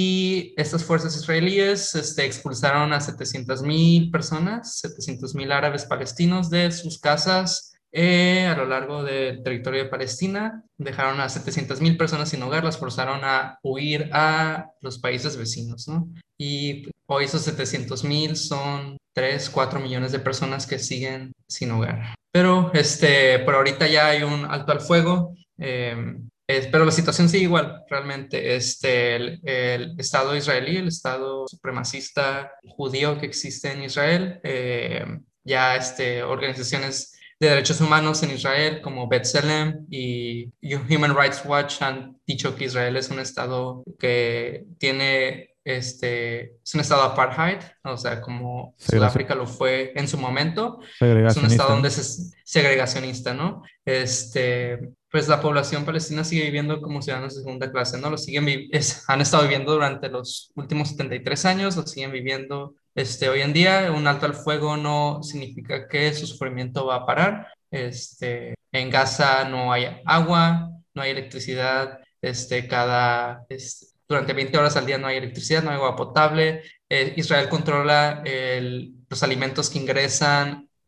y estas fuerzas israelíes este, expulsaron a setecientas mil personas, setecientos mil árabes palestinos de sus casas eh, a lo largo del territorio de Palestina. Dejaron a setecientas mil personas sin hogar, las forzaron a huir a los países vecinos, ¿no? Y hoy esos setecientos mil son tres, cuatro millones de personas que siguen sin hogar. Pero este, por ahorita ya hay un alto al fuego, eh, es, pero la situación sigue igual, realmente. Este, el, el Estado israelí, el Estado supremacista judío que existe en Israel, eh, ya este, organizaciones de derechos humanos en Israel como B'Tselem y Human Rights Watch han dicho que Israel es un estado que tiene, este, es un estado apartheid, o sea, como Sudáfrica lo fue en su momento. Es un estado donde es segregacionista, ¿no? Este, pues la población palestina sigue viviendo como ciudadanos de segunda clase, ¿no? Lo siguen es, han estado viviendo durante los últimos setenta y tres años, lo siguen viviendo este, hoy en día. Un alto al fuego no significa que su sufrimiento va a parar. Este, en Gaza no hay agua, no hay electricidad, este, cada, este, durante veinte horas al día no hay electricidad, no hay agua potable. Eh, Israel controla el, los alimentos que ingresan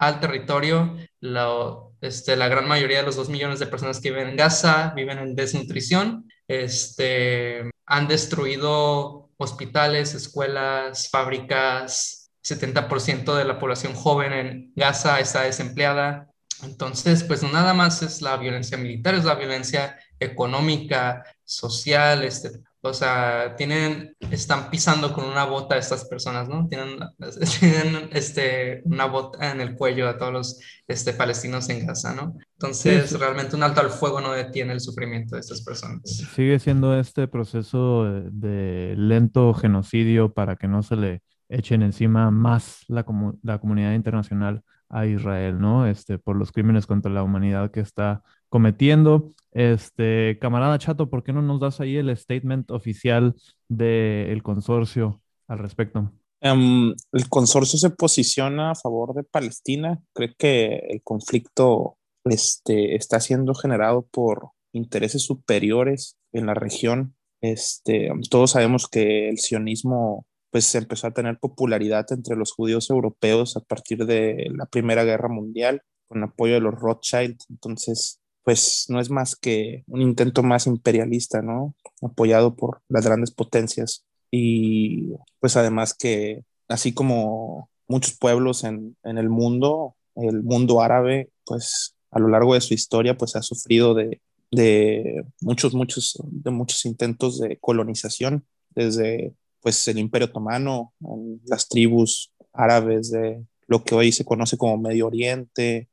al territorio. Lo, este, la gran mayoría de los dos millones de personas que viven en Gaza viven en desnutrición. Este, han destruido hospitales, escuelas, fábricas. setenta por ciento de la población joven en Gaza está desempleada. Entonces, pues no nada más es la violencia militar, es la violencia económica, social, este, o sea, tienen, están pisando con una bota a estas personas, ¿no? Tienen, tienen este, una bota en el cuello a todos los este, palestinos en Gaza, ¿no? Entonces, Sí, sí. realmente un alto al fuego no detiene el sufrimiento de estas personas. Sigue siendo este proceso de, de lento genocidio para que no se le echen encima más la, comu- la comunidad internacional a Israel, ¿no? Este, por los crímenes contra la humanidad que está cometiendo. Este, camarada Chato, ¿por qué no nos das ahí el statement oficial del consorcio al respecto? Em, el consorcio se posiciona a favor de Palestina. Cree que el conflicto este, está siendo generado por intereses superiores en la región. Este, todos sabemos que el sionismo pues empezó a tener popularidad entre los judíos europeos a partir de la Primera Guerra Mundial con apoyo de los Rothschild. Entonces, pues no es más que un intento más imperialista, ¿no? Apoyado por las grandes potencias. Y pues además que así como muchos pueblos en, en el mundo, el mundo árabe, pues a lo largo de su historia, pues ha sufrido de, de muchos, muchos, de muchos intentos de colonización, desde pues el Imperio Otomano, las tribus árabes de lo que hoy se conoce como Medio Oriente,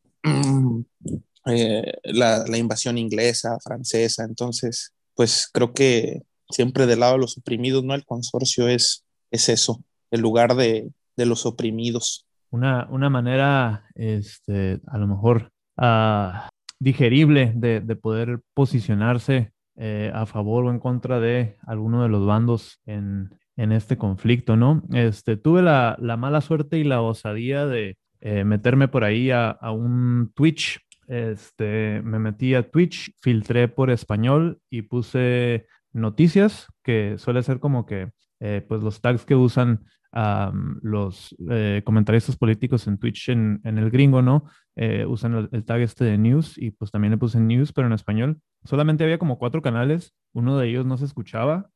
eh, la, la invasión inglesa, francesa. Entonces, pues creo que siempre del lado de los oprimidos, ¿no? El consorcio es, es eso, el lugar de, de los oprimidos. Una, una manera, este, a lo mejor ah, digerible de, de poder posicionarse eh, a favor o en contra de alguno de los bandos en, en este conflicto, ¿no? Este, tuve la, la mala suerte y la osadía de eh, meterme por ahí a, a un Twitch. Este, me metí a Twitch, filtré por español y puse noticias, que suele ser como que eh, pues los tags que usan um, los eh, comentaristas políticos en Twitch en, en el gringo, ¿no? Eh, usan el, el tag este de news y pues también le puse news, pero en español. Solamente había como cuatro canales, uno de ellos no se escuchaba.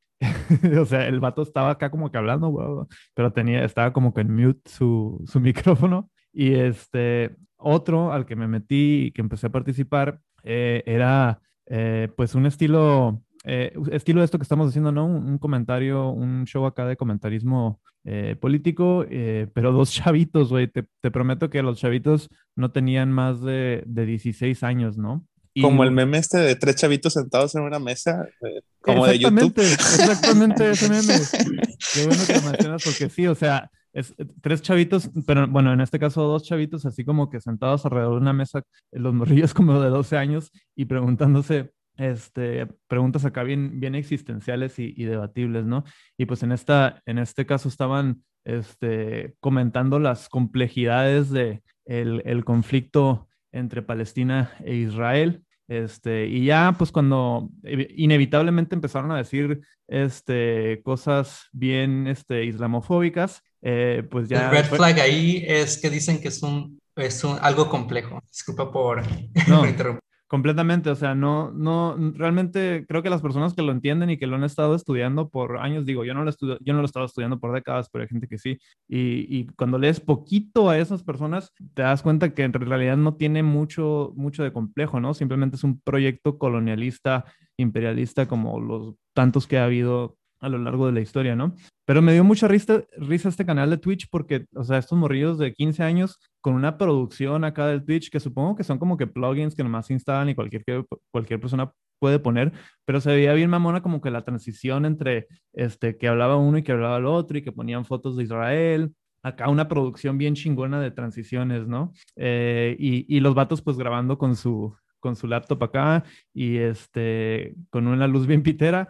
O sea, el vato estaba acá como que hablando, wow, pero tenía, estaba como que en mute su, su micrófono. Y este otro al que me metí y que empecé a participar eh, era eh, pues un estilo, eh, estilo de esto que estamos haciendo, ¿no? Un, un comentario, un show acá de comentarismo eh, político, eh, pero dos chavitos, güey. Te, te prometo que los chavitos no tenían más de, de dieciséis años, ¿no? Y Como lo, el meme este de tres chavitos sentados en una mesa, eh, como de YouTube. exactamente, exactamente ese meme. Qué bueno que lo mencionas porque sí, o sea, es eh, tres chavitos, pero bueno, en este caso dos chavitos así como que sentados alrededor de una mesa, los morrillos como de doce años y preguntándose, este, preguntas acá bien, bien existenciales y, y debatibles, ¿no? Y pues en esta, en este caso estaban, este, comentando las complejidades de el, el conflicto entre Palestina e Israel. Este, y ya, pues cuando inevitablemente empezaron a decir este, cosas bien este, islamofóbicas, eh, pues ya... El red fue... flag ahí es que dicen que es, un, es un, algo complejo. Disculpa por, no, por interrumpir. Completamente, o sea, no, no, realmente creo que las personas que lo entienden y que lo han estado estudiando por años, digo, yo no lo, estudio, yo no lo he estado estudiando por décadas, pero hay gente que sí, y, y cuando lees poquito a esas personas, te das cuenta que en realidad no tiene mucho, mucho de complejo, ¿no? Simplemente es un proyecto colonialista, imperialista, como los tantos que ha habido a lo largo de la historia, ¿no? Pero me dio mucha risa, risa este canal de Twitch porque, o sea, estos morrillos de quince años con una producción acá del Twitch que supongo que son como que plugins que nomás se instalan y cualquier, cualquier persona puede poner, pero se veía bien mamona como que la transición entre este, que hablaba uno y que hablaba el otro y que ponían fotos de Israel. Acá una producción bien chingona de transiciones, ¿no? Eh, y, y los vatos pues grabando con su, con su laptop acá y este, con una luz bien pitera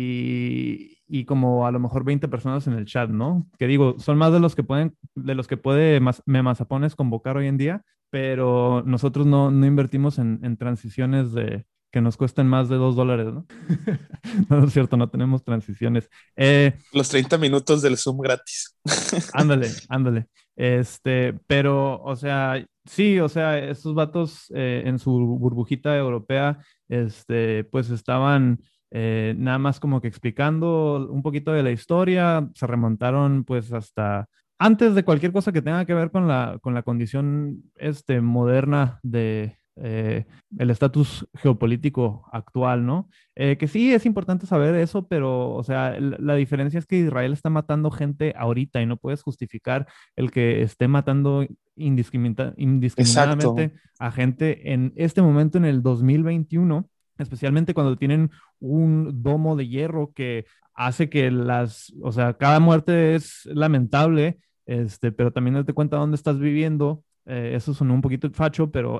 y, y como a lo mejor veinte personas en el chat, ¿no? Que digo, son más de los que pueden, de los que puede más, Memazapones convocar hoy en día, pero nosotros no, no invertimos en, en transiciones de que nos cuesten más de dos dólares, ¿no? No es cierto, no tenemos transiciones. Eh, Los treinta minutos del Zoom gratis. Ándale, ándale. Este, pero, o sea, Sí, o sea, estos vatos eh, en su burbujita europea, este, pues estaban eh, nada más como que explicando un poquito de la historia, se remontaron pues hasta antes de cualquier cosa que tenga que ver con la, con la condición este, moderna de eh, el estatus geopolítico actual, ¿no? Eh, que sí es importante saber eso, pero, o sea, l- la diferencia es que Israel está matando gente ahorita y no puedes justificar el que esté matando indiscriminada- Exacto. indiscriminadamente a gente en este momento, en el dos mil veintiuno, especialmente cuando tienen un domo de hierro que hace que las, o sea, cada muerte es lamentable, este, pero también date cuenta dónde estás viviendo. Eh, eso sonó un poquito facho, pero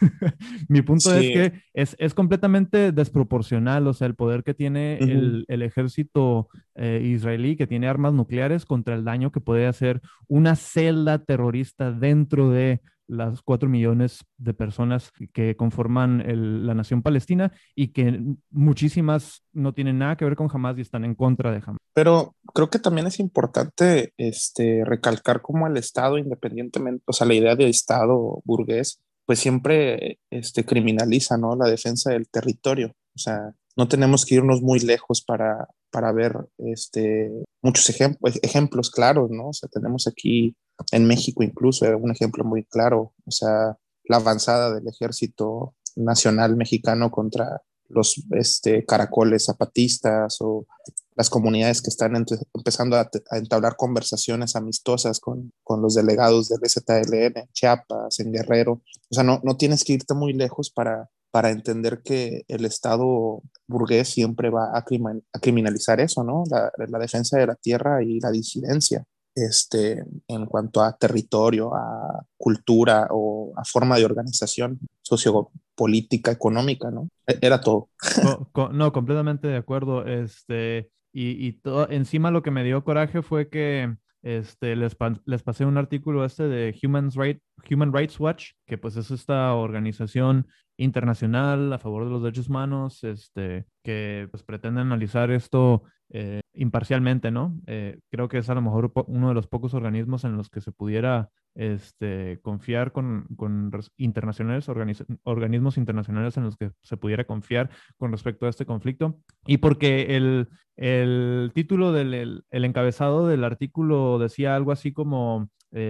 mi punto es Sí. que es, es completamente desproporcional, o sea, el poder que tiene Ujú. el, el ejército eh, israelí, que tiene armas nucleares, contra el daño que puede hacer una celda terrorista dentro de las cuatro millones de personas que conforman el- la nación palestina y que muchísimas no tienen nada que ver con Hamas y están en contra de Hamas. Pero creo que también es importante este, recalcar cómo el Estado, independientemente, o sea, la idea de Estado burgués, pues siempre este, criminaliza, ¿no? La defensa del territorio. O sea, no tenemos que irnos muy lejos para, para ver este, muchos ejem- ejemplos claros, ¿no? O sea, tenemos aquí en México incluso eh, un ejemplo muy claro, o sea, la avanzada del ejército nacional mexicano contra los este, caracoles zapatistas o las comunidades que están ent- empezando a, te- a entablar conversaciones amistosas con, con los delegados del E Z L N en Chiapas, en Guerrero. O sea, no, no tienes que irte muy lejos para, para entender que el Estado burgués siempre va a, crima- a criminalizar eso, ¿no? La, la defensa de la tierra y la disidencia. Este, en cuanto a territorio, a cultura o a forma de organización sociopolítica, económica, ¿no? E- Era todo. Co- co- no, completamente de acuerdo. Este, y, y todo, encima lo que me dio coraje fue que este, les, pa- les pasé un artículo este de Human Rights, Human Rights Watch, que pues es esta organización internacional a favor de los derechos humanos, este, que pues pretende analizar esto eh, imparcialmente, ¿no? Eh, creo que es a lo mejor po- uno de los pocos organismos en los que se pudiera este, confiar con, con res- internacionales, organiz- organismos internacionales en los que se pudiera confiar con respecto a este conflicto. Y porque el, el título del el, el encabezado del artículo decía algo así como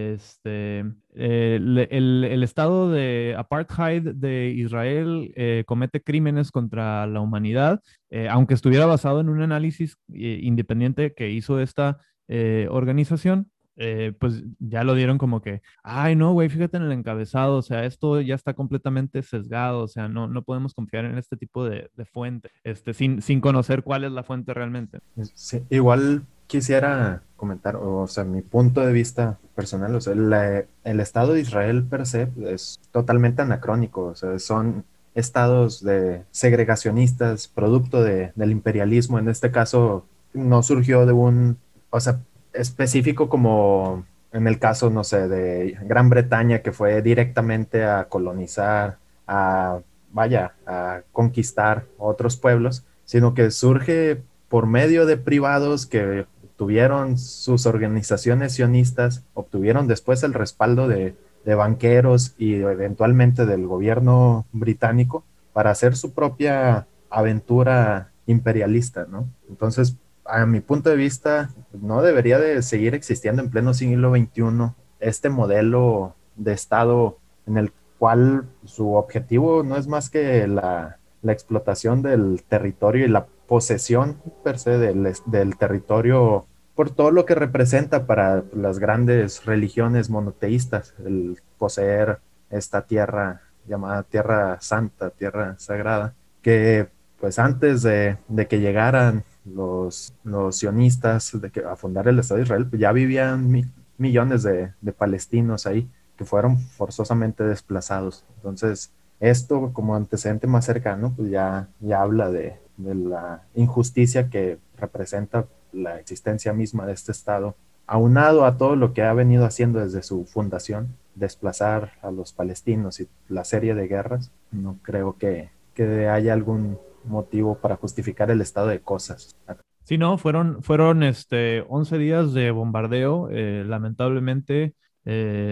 este, eh, el, el- el estado de apartheid de Israel eh, comete crímenes contra la humanidad, eh, aunque estuviera basado en un análisis eh, independiente que hizo esta eh, organización. Eh, pues ya lo dieron como que, ay, no, güey, fíjate en el encabezado, o sea, esto ya está completamente sesgado, o sea, no, no podemos confiar en este tipo de, de fuente, este, sin, sin conocer cuál es la fuente realmente. Sí, igual quisiera comentar, o sea, mi punto de vista personal, o sea, la- el Estado de Israel per se es totalmente anacrónico, o sea, son estados de segregacionistas, producto de- del imperialismo, en este caso no surgió de un, o sea, específico como en el caso, no sé, de Gran Bretaña, que fue directamente a colonizar, a, vaya, a conquistar otros pueblos, sino que surge por medio de privados que tuvieron sus organizaciones sionistas, obtuvieron después el respaldo de, de banqueros y eventualmente del gobierno británico para hacer su propia aventura imperialista, ¿no? Entonces, a mi punto de vista, no debería de seguir existiendo en pleno siglo veintiuno este modelo de Estado en el cual su objetivo no es más que la, la explotación del territorio y la posesión per se del, del territorio por todo lo que representa para las grandes religiones monoteístas, el poseer esta tierra llamada Tierra Santa, Tierra Sagrada, que pues antes de, de que llegaran los, los sionistas de que, a fundar el Estado de Israel, pues ya vivían mi, millones de, de palestinos ahí que fueron forzosamente desplazados. Entonces, esto como antecedente más cercano, pues ya, ya habla de, de la injusticia que representa la existencia misma de este Estado, aunado a todo lo que ha venido haciendo desde su fundación, desplazar a los palestinos y la serie de guerras, no creo que, que haya algún motivo para justificar el estado de cosas. Sí, no, fueron, fueron este, once días de bombardeo, eh, lamentablemente, eh,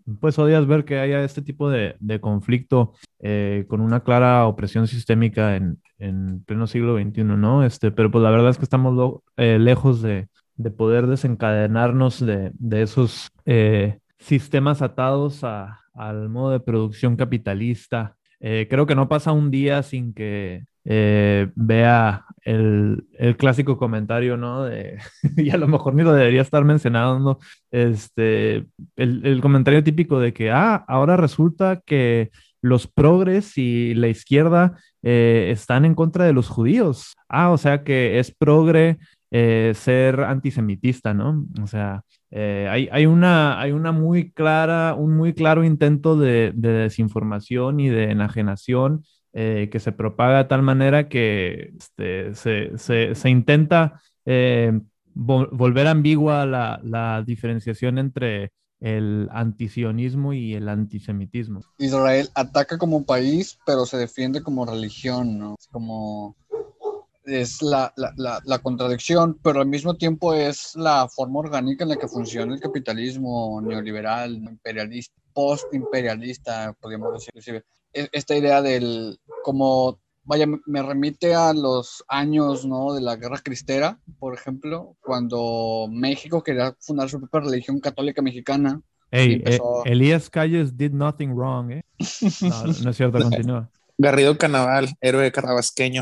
pues odias ver que haya este tipo de, de conflicto eh, con una clara opresión sistémica en, en pleno siglo veintiuno, ¿no? Este, pero pues la verdad es que estamos lo- eh, lejos de, de poder desencadenarnos de, de esos eh, sistemas atados a- al modo de producción capitalista. Eh, creo que no pasa un día sin que eh, vea el, el clásico comentario, ¿no? De, y a lo mejor ni lo debería estar mencionando, este, el, el comentario típico de que, ah, ahora resulta que los progres y la izquierda eh, están en contra de los judíos. Ah, o sea que es progre eh, ser antisemitista, ¿no? O sea, eh, hay, hay una, hay una muy clara, un muy claro intento de, de desinformación y de enajenación eh, que se propaga de tal manera que este, se, se, se intenta eh, vol- volver ambigua la, la diferenciación entre el antisionismo y el antisemitismo. Israel ataca como país, pero se defiende como religión, ¿no? Es como es la, la, la, la contradicción, pero al mismo tiempo es la forma orgánica en la que funciona el capitalismo neoliberal, imperialista, post-imperialista, podríamos decir. Inclusive. E- Esta idea del, como, vaya, me me remite a los años, ¿no? De la Guerra Cristera, por ejemplo, cuando México quería fundar su propia religión católica mexicana y Hey, eh, empezó. Elías Calles did nothing wrong, ¿eh? No, no es cierto, continúa. Garrido Canaval, héroe carabasqueño.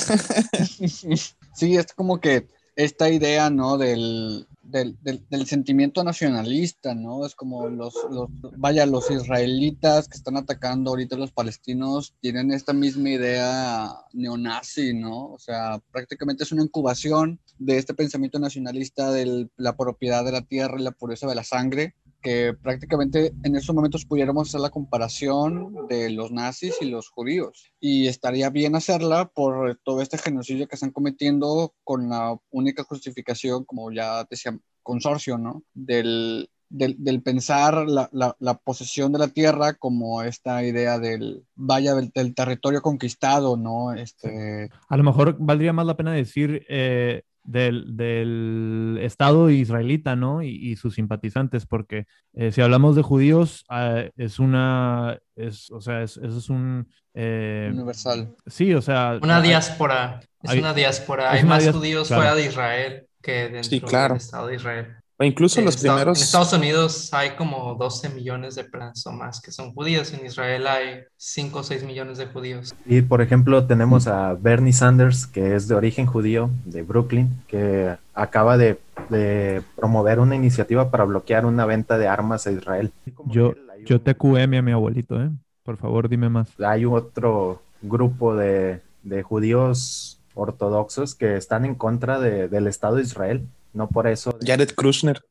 Sí, es como que esta idea, ¿no? Del, del, del, del sentimiento nacionalista, ¿no? Es como los, los, vaya, los israelitas que están atacando ahorita a los palestinos tienen esta misma idea neonazi, ¿no? O sea, prácticamente es una incubación de este pensamiento nacionalista de la propiedad de la tierra y la pureza de la sangre, que prácticamente en esos momentos pudiéramos hacer la comparación de los nazis y los judíos. Y estaría bien hacerla por todo este genocidio que están cometiendo con la única justificación, como ya decía, consorcio, ¿no? Del, del, del pensar la, la, la, posesión de la tierra como esta idea del, vaya, del, del territorio conquistado, ¿no? Este... Sí. A lo mejor valdría más la pena decir... Eh... Del, del Estado israelita, ¿no? Y, y sus simpatizantes, porque eh, si hablamos de judíos, eh, es una, es, o sea, es, eso es un... Eh, universal. Sí, o sea... Una Hay, diáspora, es hay, una diáspora. es Hay una más diás- judíos claro. fuera de Israel que dentro Sí, claro. del Estado de Israel. O incluso En, los Estados, primeros... en Estados Unidos hay como doce millones de personas o más que son judíos. En Israel hay cinco o seis millones de judíos. Y por ejemplo tenemos a Bernie Sanders, que es de origen judío, de Brooklyn, que acaba de, de promover una iniciativa para bloquear una venta de armas a Israel. Yo, yo te Q M a mi abuelito, ¿eh? Por favor, dime más. Hay otro grupo de, de judíos ortodoxos que están en contra de, del Estado de Israel. No por eso. De... Jared Kushner.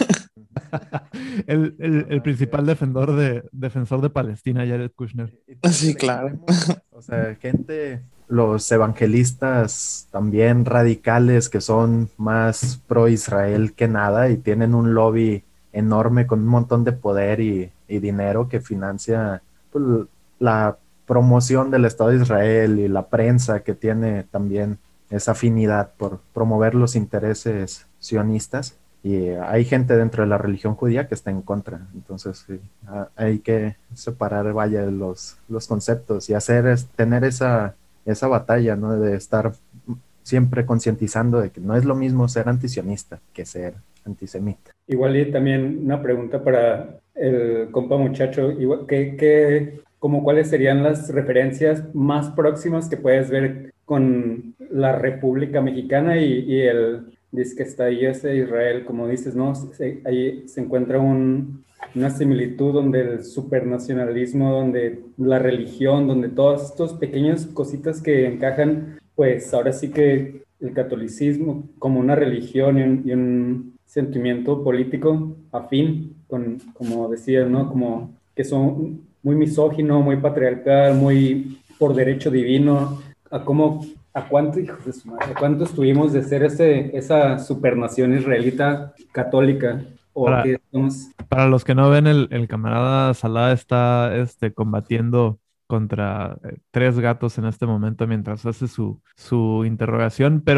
el, el, el principal defensor de, defensor de Palestina, Jared Kushner. Sí, claro. O sea, gente, los evangelistas también radicales que son más pro Israel que nada y tienen un lobby enorme con un montón de poder y, y dinero que financia pues, la promoción del Estado de Israel y la prensa que tiene también esa afinidad por promover los intereses sionistas. Y hay gente dentro de la religión judía que está en contra. Entonces sí, hay que separar, vaya, los, los conceptos y hacer es, tener esa, esa batalla, ¿no? De estar siempre concientizando de que no es lo mismo ser antisionista que ser antisemita. Igual y también una pregunta para el compa muchacho, igual, ¿qué, qué, como cuáles serían las referencias más próximas que puedes ver con la República Mexicana y, y el dice que está ahí ese Israel, como dices, ¿no? Se, ahí se encuentra un, una similitud donde el supernacionalismo, donde la religión, donde todas estas pequeñas cositas que encajan, pues ahora sí que el catolicismo como una religión y un, y un sentimiento político afín, con, como decías, ¿no? Como que son muy misógino, muy patriarcal, muy por derecho divino, a cómo... ¿A cuánto, hijos de su madre, ¿a cuánto estuvimos de ser ese, esa supernación israelita católica? ¿O para, qué somos? Para los que no ven, el, el camarada Salah está este, combatiendo contra eh, tres gatos en este momento mientras hace su, su interrogación, pero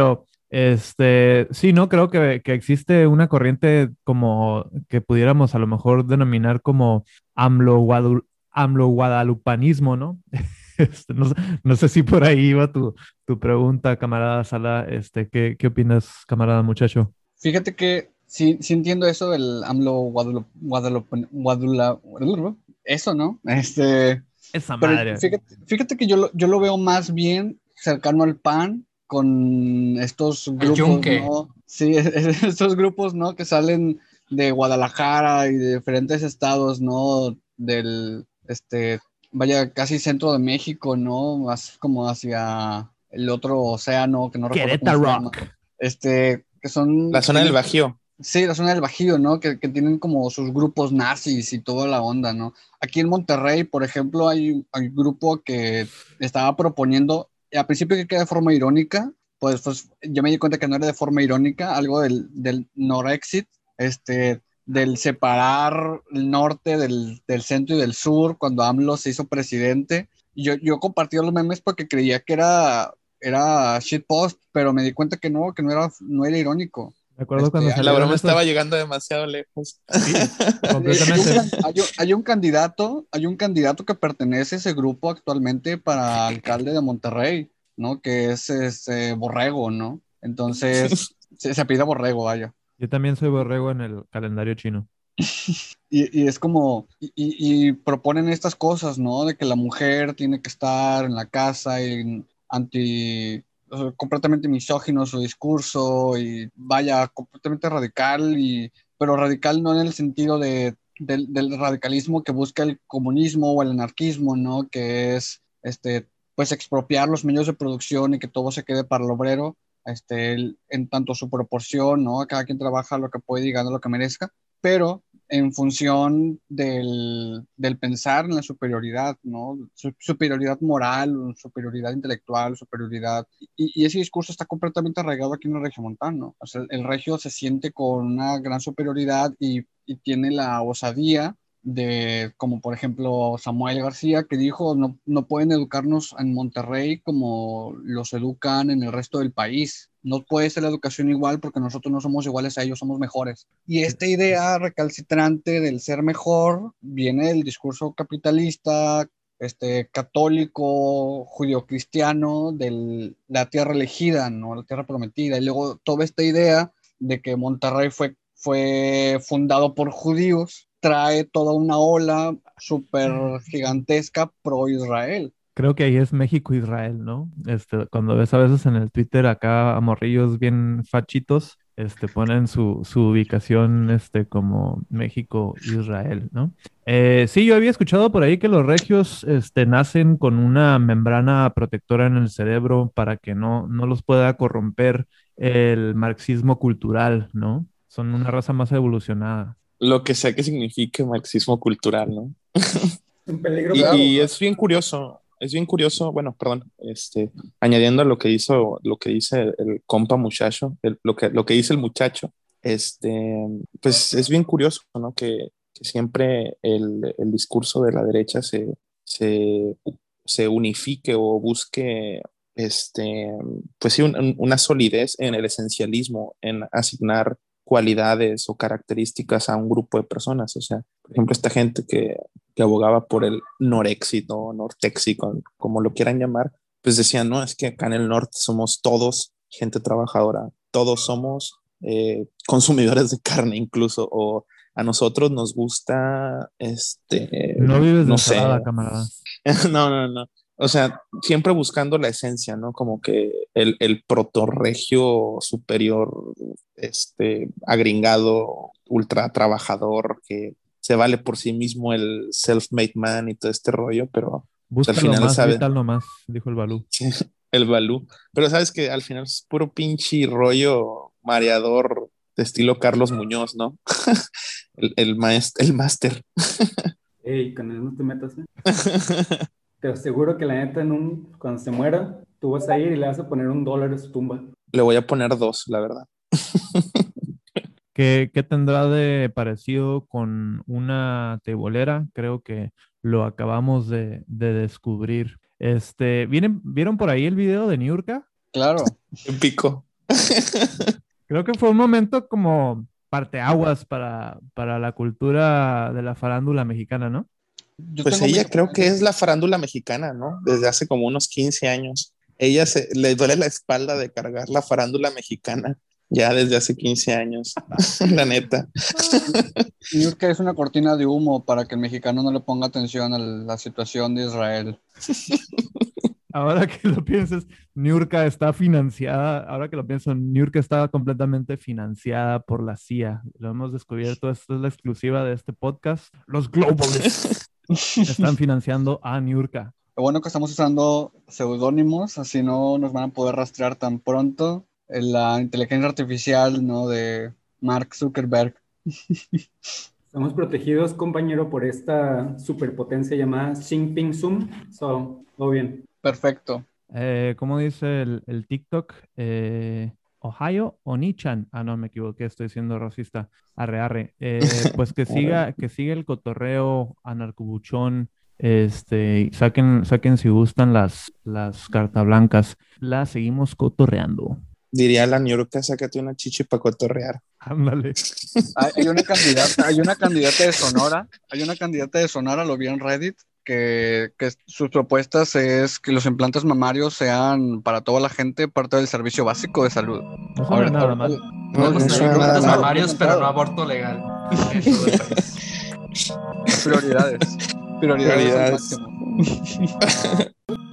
Este, sí, no, creo que, que existe una corriente como que pudiéramos a lo mejor denominar como AMLO, guadu- AMLO guadalupanismo, ¿no? Este, no, sé no sé si por ahí iba tu, tu pregunta, camarada Sala. Este, ¿qué, qué opinas, camarada muchacho? Fíjate que sí, sí entiendo eso del AMLO Guadalupe, Guadalupe, Guadula- eso, ¿no? Este, Esa pero madre. fíjate, fíjate que yo lo, yo lo veo más bien cercano al P A N con estos El grupos, yunque. ¿no? Sí, estos grupos, ¿no? Que salen de Guadalajara y de diferentes estados, ¿no? Del, este, vaya, casi centro de México, ¿no? Más como hacia el otro océano, que no recuerdo cómo Querétaro se llama. Rock. Este, que son, La zona del tienen, Bajío. sí, la zona del Bajío, ¿no? Que, que tienen como sus grupos nazis y toda la onda, ¿no? Aquí en Monterrey, por ejemplo, hay, hay un grupo que estaba proponiendo, al principio que queda de forma irónica, pues, pues yo me di cuenta que no era de forma irónica, algo del, del Norexit, este, del separar el norte del, del centro y del sur cuando AMLO se hizo presidente. Y yo, yo compartí los memes porque creía que era, era shitpost, pero me di cuenta que no, que no era, no era irónico. Me acuerdo Este, cuando hay, La salieron broma esos. estaba llegando demasiado lejos. Sí, hay un, completamente. can- hay un- hay un candidato, hay un candidato que pertenece a ese grupo actualmente para alcalde de Monterrey, ¿no? Que es este Borrego, ¿no? Entonces, se, se apellida Borrego, vaya. Yo también soy borrego en el calendario chino. Y, y es como, y, y- y proponen estas cosas, ¿no? De que la mujer tiene que estar en la casa y anti, o sea, completamente misógino su discurso y vaya, completamente radical, y, pero radical no en el sentido de, del, del radicalismo que busca el comunismo o el anarquismo, ¿no? Que es, este, pues expropiar los medios de producción y que todo se quede para el obrero, este, el- en tanto su proporción, ¿no? Cada quien trabaja lo que puede y gana lo que merezca, pero en función del, del pensar en la superioridad, ¿no? Su- superioridad moral, superioridad intelectual, superioridad. Y, y ese discurso está completamente arraigado aquí en el regiomontano. O sea, el regio se siente con una gran superioridad y, y tiene la osadía de, como por ejemplo Samuel García, que dijo, no, no pueden educarnos en Monterrey como los educan en el resto del país. No puede ser la educación igual porque nosotros no somos iguales a ellos, somos mejores. Y esta idea recalcitrante del ser mejor viene del discurso capitalista, este, católico, judio-cristiano, de la tierra elegida, ¿no? La tierra prometida. Y luego toda esta idea de que Monterrey fue, fue fundado por judíos, trae toda una ola súper gigantesca pro-Israel. Creo que ahí es México-Israel, ¿no? Este, cuando ves a veces en el Twitter acá a morrillos bien fachitos, este, ponen su, su ubicación, este, como México-Israel, ¿no? Eh, sí, yo había escuchado por ahí que los regios, este, nacen con una membrana protectora en el cerebro para que no, no los pueda corromper el marxismo cultural, ¿no? Son una raza más evolucionada. Lo que sea que signifique marxismo cultural, ¿no? Un peligro Y, para... y es bien curioso, es bien curioso, bueno, perdón, este, añadiendo a lo que hizo, lo que dice el, el compa muchacho, el- lo que, lo que dice el muchacho, este, pues es bien curioso, ¿no? Que, que siempre el, el discurso de la derecha se, se, se unifique o busque, este, pues sí, un- un- una solidez en el esencialismo, en asignar cualidades o características a un grupo de personas. O sea, por ejemplo, esta gente que que abogaba por el noréxito o nortéxico, como lo quieran llamar, pues decían, no, es que acá en el norte somos todos gente trabajadora, todos somos eh, consumidores de carne incluso, o a nosotros nos gusta, este, No vives de no sé, ensalada, camarada. no, no, no. O sea, siempre buscando la esencia, ¿no? Como que el, el protorregio superior, este, agringado, ultra trabajador, que se vale por sí mismo el self-made man y todo este rollo, pero pues, al Búscalo final más sabe vital nomás, dijo el Balú. el Balú. Pero sabes que al final es puro pinche rollo mareador de estilo Carlos Muñoz, ¿no? el, el maestro, el máster. Ey, con él no te metas, ¿eh? Te aseguro que la neta, en un, cuando se muera, tú vas a ir y le vas a poner un dólar a su tumba. Le voy a poner dos, la verdad. ¿Qué, qué tendrá de parecido con una tebolera? Creo que lo acabamos de, de descubrir. Este, ¿vienen, ¿vieron por ahí el video de Niurka? Claro. Épico. Creo que fue un momento como parteaguas para, para la cultura de la farándula mexicana, ¿no? Yo Pues tengo ella mi- creo que es la farándula mexicana, ¿no? Desde hace como unos quince años. Ella se, le duele la espalda de cargar la farándula mexicana ya desde hace quince años, la neta. Niurka es una cortina de humo para que el mexicano no le ponga atención a la situación de Israel. Ahora que lo pienses, Niurka está financiada, ahora que lo pienso, Niurka está completamente financiada por la C I A. Lo hemos descubierto, esta es la exclusiva de este podcast. Los globalists están financiando a Niurka. Lo bueno que estamos usando seudónimos, así no nos van a poder rastrear tan pronto. En la inteligencia artificial, ¿no? De Mark Zuckerberg. Estamos protegidos, compañero, por esta superpotencia llamada Xinping Zoom. So, todo bien. Perfecto. Eh, ¿cómo dice el, el TikTok? Eh, Ohio Onichan. Ah, no, me equivoqué, estoy siendo racista. Arre, arre. Eh, pues que siga, que siga el cotorreo anarcobuchón. Este, y saquen, saquen si gustan las, las cartas blancas. Las seguimos cotorreando. Diría la Niurka, sácate una chichi para cotorrear. Ándale. Hay, hay una candidata, hay una candidata de Sonora, hay una candidata de Sonora, lo vi en Reddit, que, que sus propuestas es que los implantes mamarios sean para toda la gente parte del servicio básico de salud. No suena nada mal. No, no Pues suena hay nada implantes mal. mamarios, pero no aborto legal. En todo el país. Prioridades. Prioridades. al Prioridades. máximo.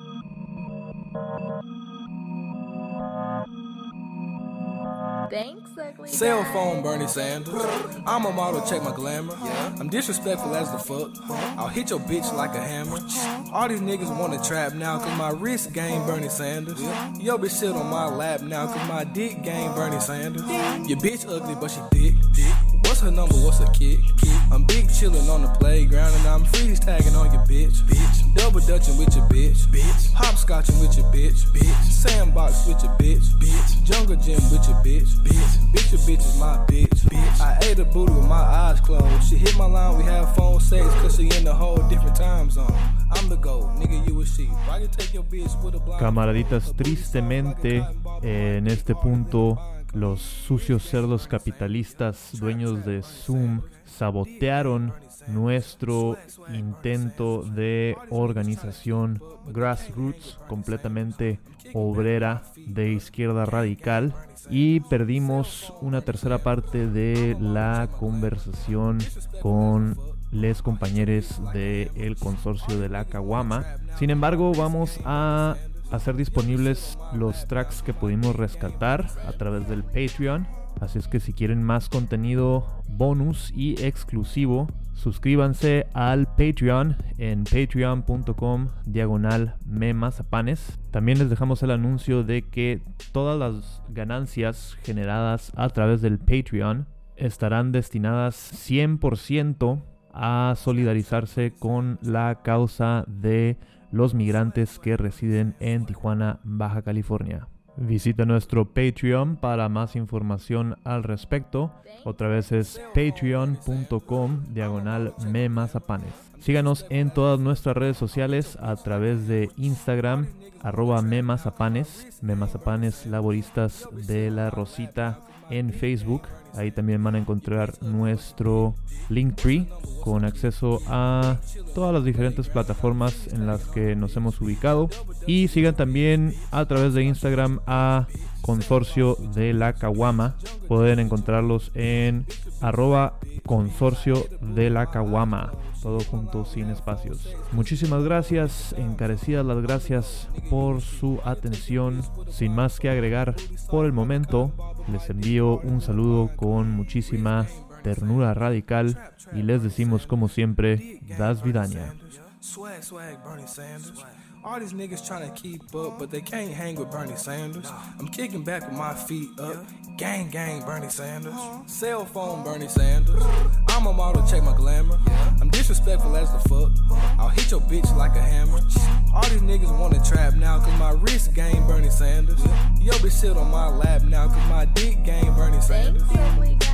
Thanks, ugly Cell guy. phone, Bernie Sanders. I'm a model, check my glamour. I'm disrespectful as the fuck. I'll hit your bitch like a hammer. All these niggas wanna trap now, cause my wrist game Bernie Sanders. Yo bitch sit on my lap now, cause my dick game Bernie Sanders. Your bitch ugly, but she thick. What's her number? What's her kick? I'm big chillin' on the playground, and I'm freeze tagging on your bitch. Bitch. Double dutching with your bitch. Bitch. Hopscotching with your bitch. Bitch. Sandbox with your bitch. Bitch. Jungle gym with your bitch. Bitch. Bitch, your bitch is my bitch. Bitch. I ate a booty with my eyes closed. She hit my line, we have phone sex, cause she in a whole different time zone. I'm the GOAT, nigga, you a sheep. I can take your bitch with a blind. Camaraditas, tristemente, eh, en este punto, los sucios cerdos capitalistas, dueños de Zoom, sabotearon nuestro intento de organización grassroots, completamente obrera, de izquierda radical, y perdimos una tercera parte de la conversación con les compañeros del consorcio de la Caguama. Sin embargo, vamos a hacer disponibles los tracks que pudimos rescatar a través del Patreon. Así es que si quieren más contenido bonus y exclusivo, suscríbanse al Patreon en patreon.com diagonal memazapanes. También les dejamos el anuncio de que todas las ganancias generadas a través del Patreon estarán destinadas cien por ciento a solidarizarse con la causa de los migrantes que residen en Tijuana, Baja California. Visita nuestro Patreon para más información al respecto. Otra vez es patreon.com diagonal memazapanes. Síganos en todas nuestras redes sociales a través de Instagram, arroba memazapanes, memazapanes laboristas de la Rosita en Facebook. Ahí también van a encontrar nuestro Linktree con acceso a todas las diferentes plataformas en las que nos hemos ubicado. Y sigan también a través de Instagram a Consorcio de la Caguama. Pueden encontrarlos en arroba Consorcio de la Caguama. Todo junto, sin espacios. Muchísimas gracias, encarecidas las gracias por su atención. Sin más que agregar por el momento, les envío un saludo con muchísima ternura radical y les decimos como siempre, Das Vidania. Swag, swag, Bernie Sanders. All these niggas trying to keep up, but they can't hang with Bernie Sanders. I'm kicking back with my feet up. Gang, gang, Bernie Sanders. Cell phone, Bernie Sanders. I'm a model, check my glamour. I'm disrespectful as the fuck. I'll hit your bitch like a hammer. All these niggas wanna trap now, cause my wrist game Bernie Sanders. Yo bitch sit on my lap now, cause my dick game Bernie Sanders. Thanks, ugly guy.